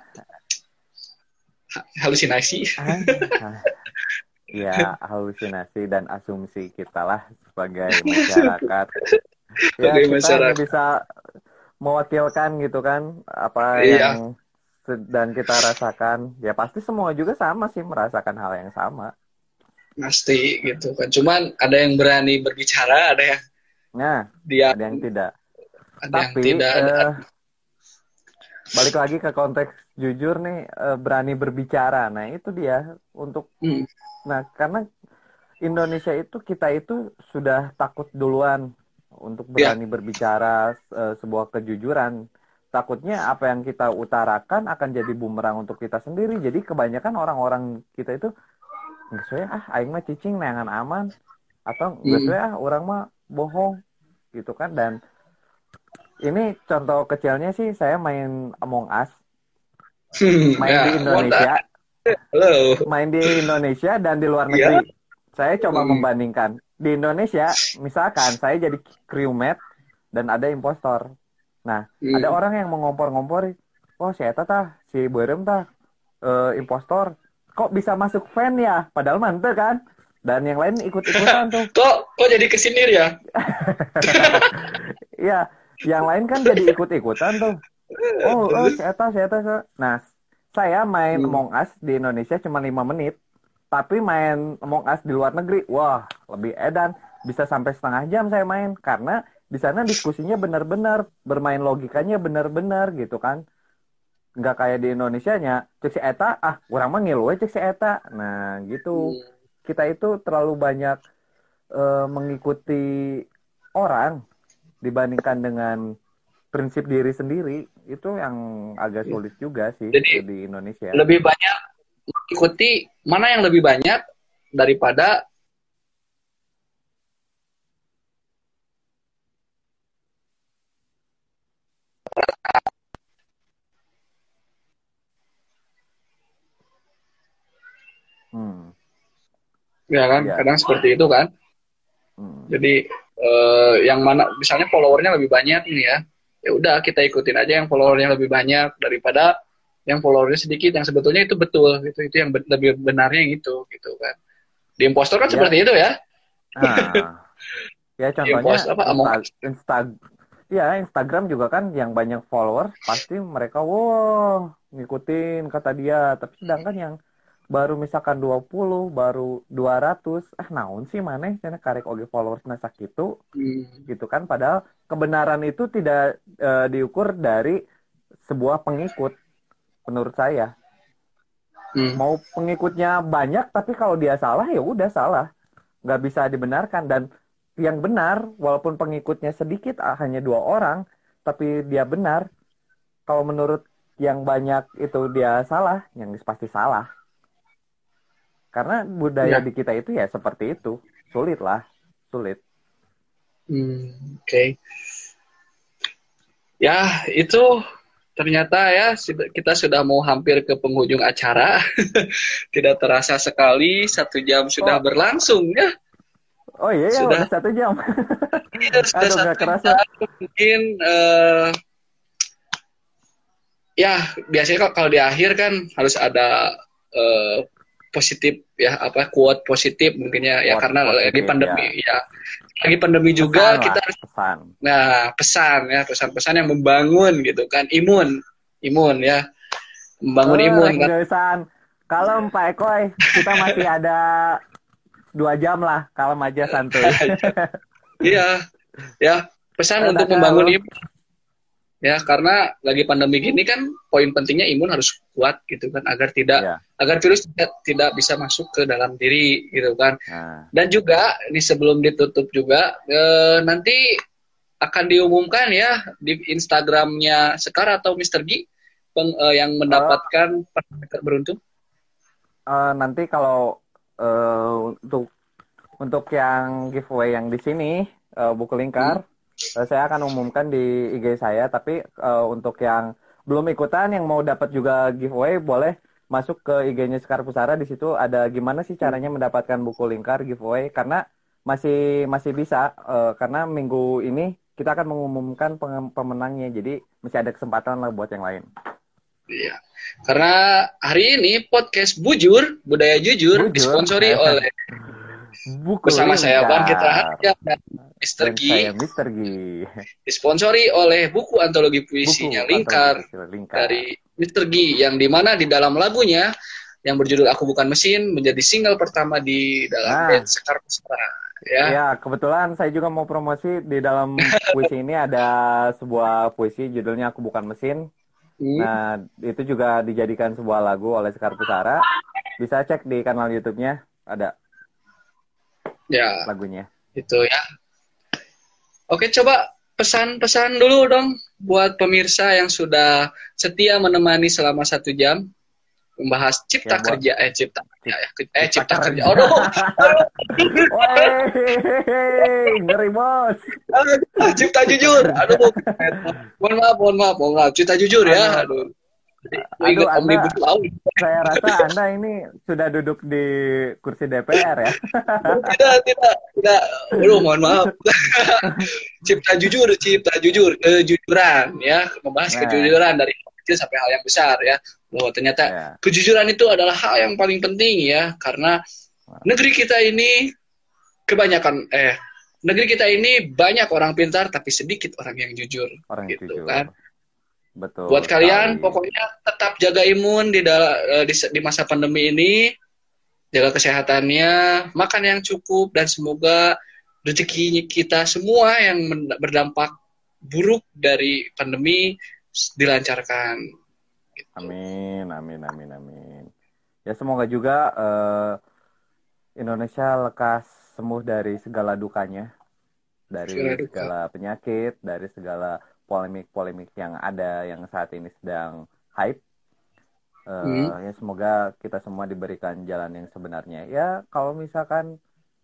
halusinasi. Ya, halusinasi dan asumsi kita lah sebagai masyarakat. Ya, kita hanya bisa mewakilkan gitu kan apa yang sedang kita rasakan. Ya pasti semua juga sama sih merasakan hal yang sama. Pasti gitu kan. Cuman ada yang berani berbicara, ada yang ada yang tidak. Ada Tapi yang tidak, balik lagi ke konteks jujur nih, berani berbicara. Nah itu dia untuk nah karena Indonesia itu kita itu sudah takut duluan untuk berani berbicara sebuah kejujuran. Takutnya apa yang kita utarakan akan jadi bumerang untuk kita sendiri. Jadi kebanyakan orang-orang kita itu nggak sesuai aing mah cicing neangan aman, atau nggak sesuai orang mah bohong gitu kan. Dan ini contoh kecilnya sih, saya main Among Us, main di Indonesia, main di Indonesia dan di luar negeri. Saya coba membandingkan. Di Indonesia, misalkan saya jadi crewmate dan ada impostor. Nah, ada orang yang mengompor-ngompor, oh si Eta tah, si Berem tah, impostor. Kok bisa masuk fan ya? Padahal mantep kan? Dan yang lain ikut-ikutan tuh. Kok jadi kesindir ya? Iya, yang lain kan jadi ikut-ikutan tuh. Oh si Eta. Nah, saya main Among Us di Indonesia cuma 5 menit. Tapi main Among Us di luar negeri, wah, lebih edan. Bisa sampai setengah jam saya main. Karena di sana diskusinya benar-benar, bermain logikanya benar-benar gitu kan. Nggak kayak di Indonesianya, cek si Eta, orang mah ngilu cek si Eta. Nah, gitu. Kita itu terlalu banyak mengikuti orang dibandingkan dengan prinsip diri sendiri. Itu yang agak sulit juga sih. Jadi, di Indonesia. Lebih banyak mengikuti mana yang lebih banyak daripada ya kan, kadang seperti itu kan. Jadi yang mana misalnya followernya lebih banyak nih ya udah kita ikutin aja yang followernya lebih banyak daripada yang followernya sedikit, yang sebetulnya itu betul gitu, itu yang lebih benarnya yang itu gitu kan. Di impostor kan seperti itu ya. Ya contohnya Instagram juga kan yang banyak follower pasti mereka ngikutin kata dia, tapi sedangkan yang baru misalkan 20, baru 200, naon sih maneh cenah karek oge followers na sakitu gitu kan. Padahal kebenaran itu tidak diukur dari sebuah pengikut. Menurut saya, mau pengikutnya banyak, tapi kalau dia salah ya udah salah, nggak bisa dibenarkan. Dan yang benar, walaupun pengikutnya sedikit, hanya 2 orang, tapi dia benar. Kalau menurut yang banyak itu dia salah, yang pasti salah. Karena budaya di kita itu ya seperti itu, sulit. Oke. Ya itu. Ternyata ya kita sudah mau hampir ke penghujung acara. Tidak terasa sekali 1 jam sudah berlangsung ya. Oh iya ya, sudah 1 jam. Iya, sudah 1 jam. Mungkin ya biasanya kalau di akhir kan harus ada positif ya, quote positif mungkin ya karena lagi pandemi ya. Lagi pandemi juga kita harus pesan yang membangun gitu kan, imun ya, membangun imun kan. Kalau Pak Ekoy kita masih ada 2 jam lah, kalem aja santuy. Iya ya, pesan untuk membangun imun ya, karena lagi pandemi gini kan poin pentingnya imun harus kuat gitu kan, agar virus tidak bisa masuk ke dalam diri gitu kan. Dan juga ini sebelum ditutup juga nanti akan diumumkan ya di Instagramnya Sekar atau Mr. G yang mendapatkan perangkat beruntung? Nanti kalau untuk yang giveaway yang di sini buku lingkar, saya akan umumkan di IG saya. Tapi untuk yang belum ikutan, yang mau dapat juga giveaway, boleh masuk ke IG-nya Sekar Pusara. Di situ ada gimana sih caranya mendapatkan buku lingkar giveaway. Karena masih bisa, karena minggu ini kita akan mengumumkan pemenangnya. Jadi masih ada kesempatan lah buat yang lain. Iya. Karena hari ini podcast Budaya Jujur disponsori oleh buku bersama lingkar. saya Bang Kita Harja dan Mr. G. Saya Mr. G. Disponsori oleh buku antologi puisinya Lingkar dari Mr. G, yang dimana di dalam lagunya yang berjudul Aku Bukan Mesin menjadi single pertama di dalam band Sekar Pusara. Ya, kebetulan saya juga mau promosi di dalam puisi ini ada sebuah puisi judulnya Aku Bukan Mesin. Nah, itu juga dijadikan sebuah lagu oleh Sekar Pusara. Bisa cek di kanal YouTube-nya, ada lagunya. Itu ya. Oke, coba pesan-pesan dulu dong buat pemirsa yang sudah setia menemani selama 1 jam membahas cipta kerja. Cipta kerja. Ngeri bos. Cipta jujur. Aduh. Mohon maaf. Cipta jujur ya. Aduh. Saya rasa Anda ini sudah duduk di kursi DPR ya. Tidak. Aduh, mohon maaf. Cipta jujur, kejujuran ya, membahas kejujuran dari kecil sampai hal yang besar ya. Bahwa ternyata kejujuran itu adalah hal yang paling penting ya, karena negeri kita ini banyak orang pintar tapi sedikit orang yang jujur. Gitu kan. Betul. Buat kalian pokoknya tetap jaga imun di masa pandemi ini, jaga kesehatannya, makan yang cukup, dan semoga rezeki kita semua yang berdampak buruk dari pandemi dilancarkan. Gitu. Amin. Ya semoga juga Indonesia lekas sembuh dari segala dukanya, dari segala penyakit, dari segala polemik yang ada yang saat ini sedang hype. Ya semoga kita semua diberikan jalan yang sebenarnya. Ya kalau misalkan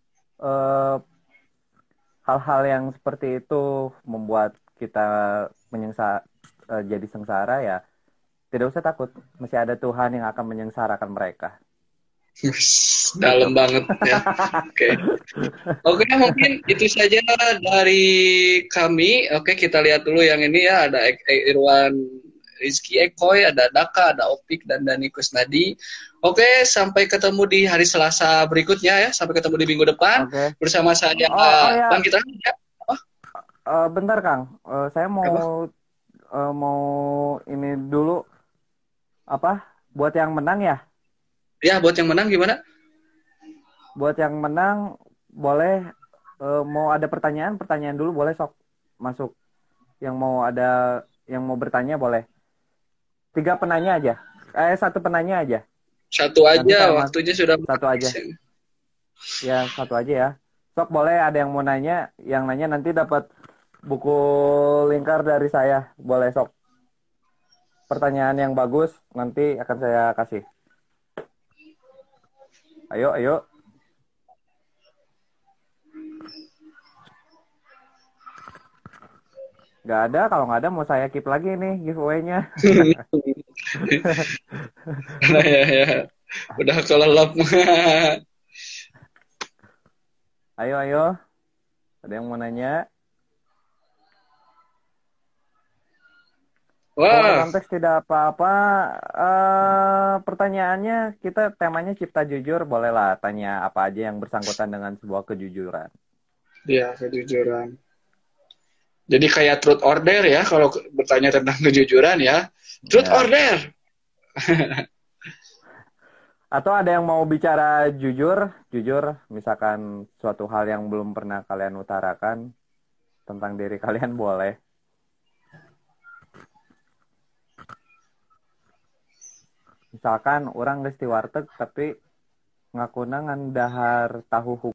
hal-hal yang seperti itu membuat kita jadi sengsara, ya tidak usah takut, masih ada Tuhan yang akan menyengsarakan mereka. Dalam banget ya. Oke, mungkin itu saja dari kami. Oke, kita lihat dulu yang ini ya, ada Irwan Rizky Ekoy, ada Daka, ada Opik, dan Dani Kusnadi. Oke, sampai ketemu di hari Selasa berikutnya ya. Sampai ketemu di minggu depan bersama saya Bang Kita. Bentar Kang, saya mau ini dulu buat yang menang ya? Ya, buat yang menang gimana? Buat yang menang boleh mau ada pertanyaan dulu boleh sok masuk. Yang mau bertanya boleh. 3 penanya aja. 1 penanya aja. 1 aja, waktunya sudah 1 aja. Ya, 1 aja ya. Sok boleh ada yang mau nanya, yang nanya nanti dapat buku lingkar dari saya. Boleh sok. Pertanyaan yang bagus nanti akan saya kasih. Ayo. Gak ada, kalau nggak ada mau saya keep lagi nih giveaway-nya. Ya. Udah kelelep. Ayo. Ada yang mau nanya? Kalau konteks tidak apa-apa, pertanyaannya kita temanya cipta jujur, bolehlah tanya apa aja yang bersangkutan dengan sebuah kejujuran. Iya, kejujuran. Jadi kayak truth or dare ya, kalau bertanya tentang kejujuran ya. Truth or dare. Atau ada yang mau bicara jujur, misalkan suatu hal yang belum pernah kalian utarakan tentang diri kalian boleh. Misalkan orang geus ti warteg tapi ngakuna ngan dahar tahu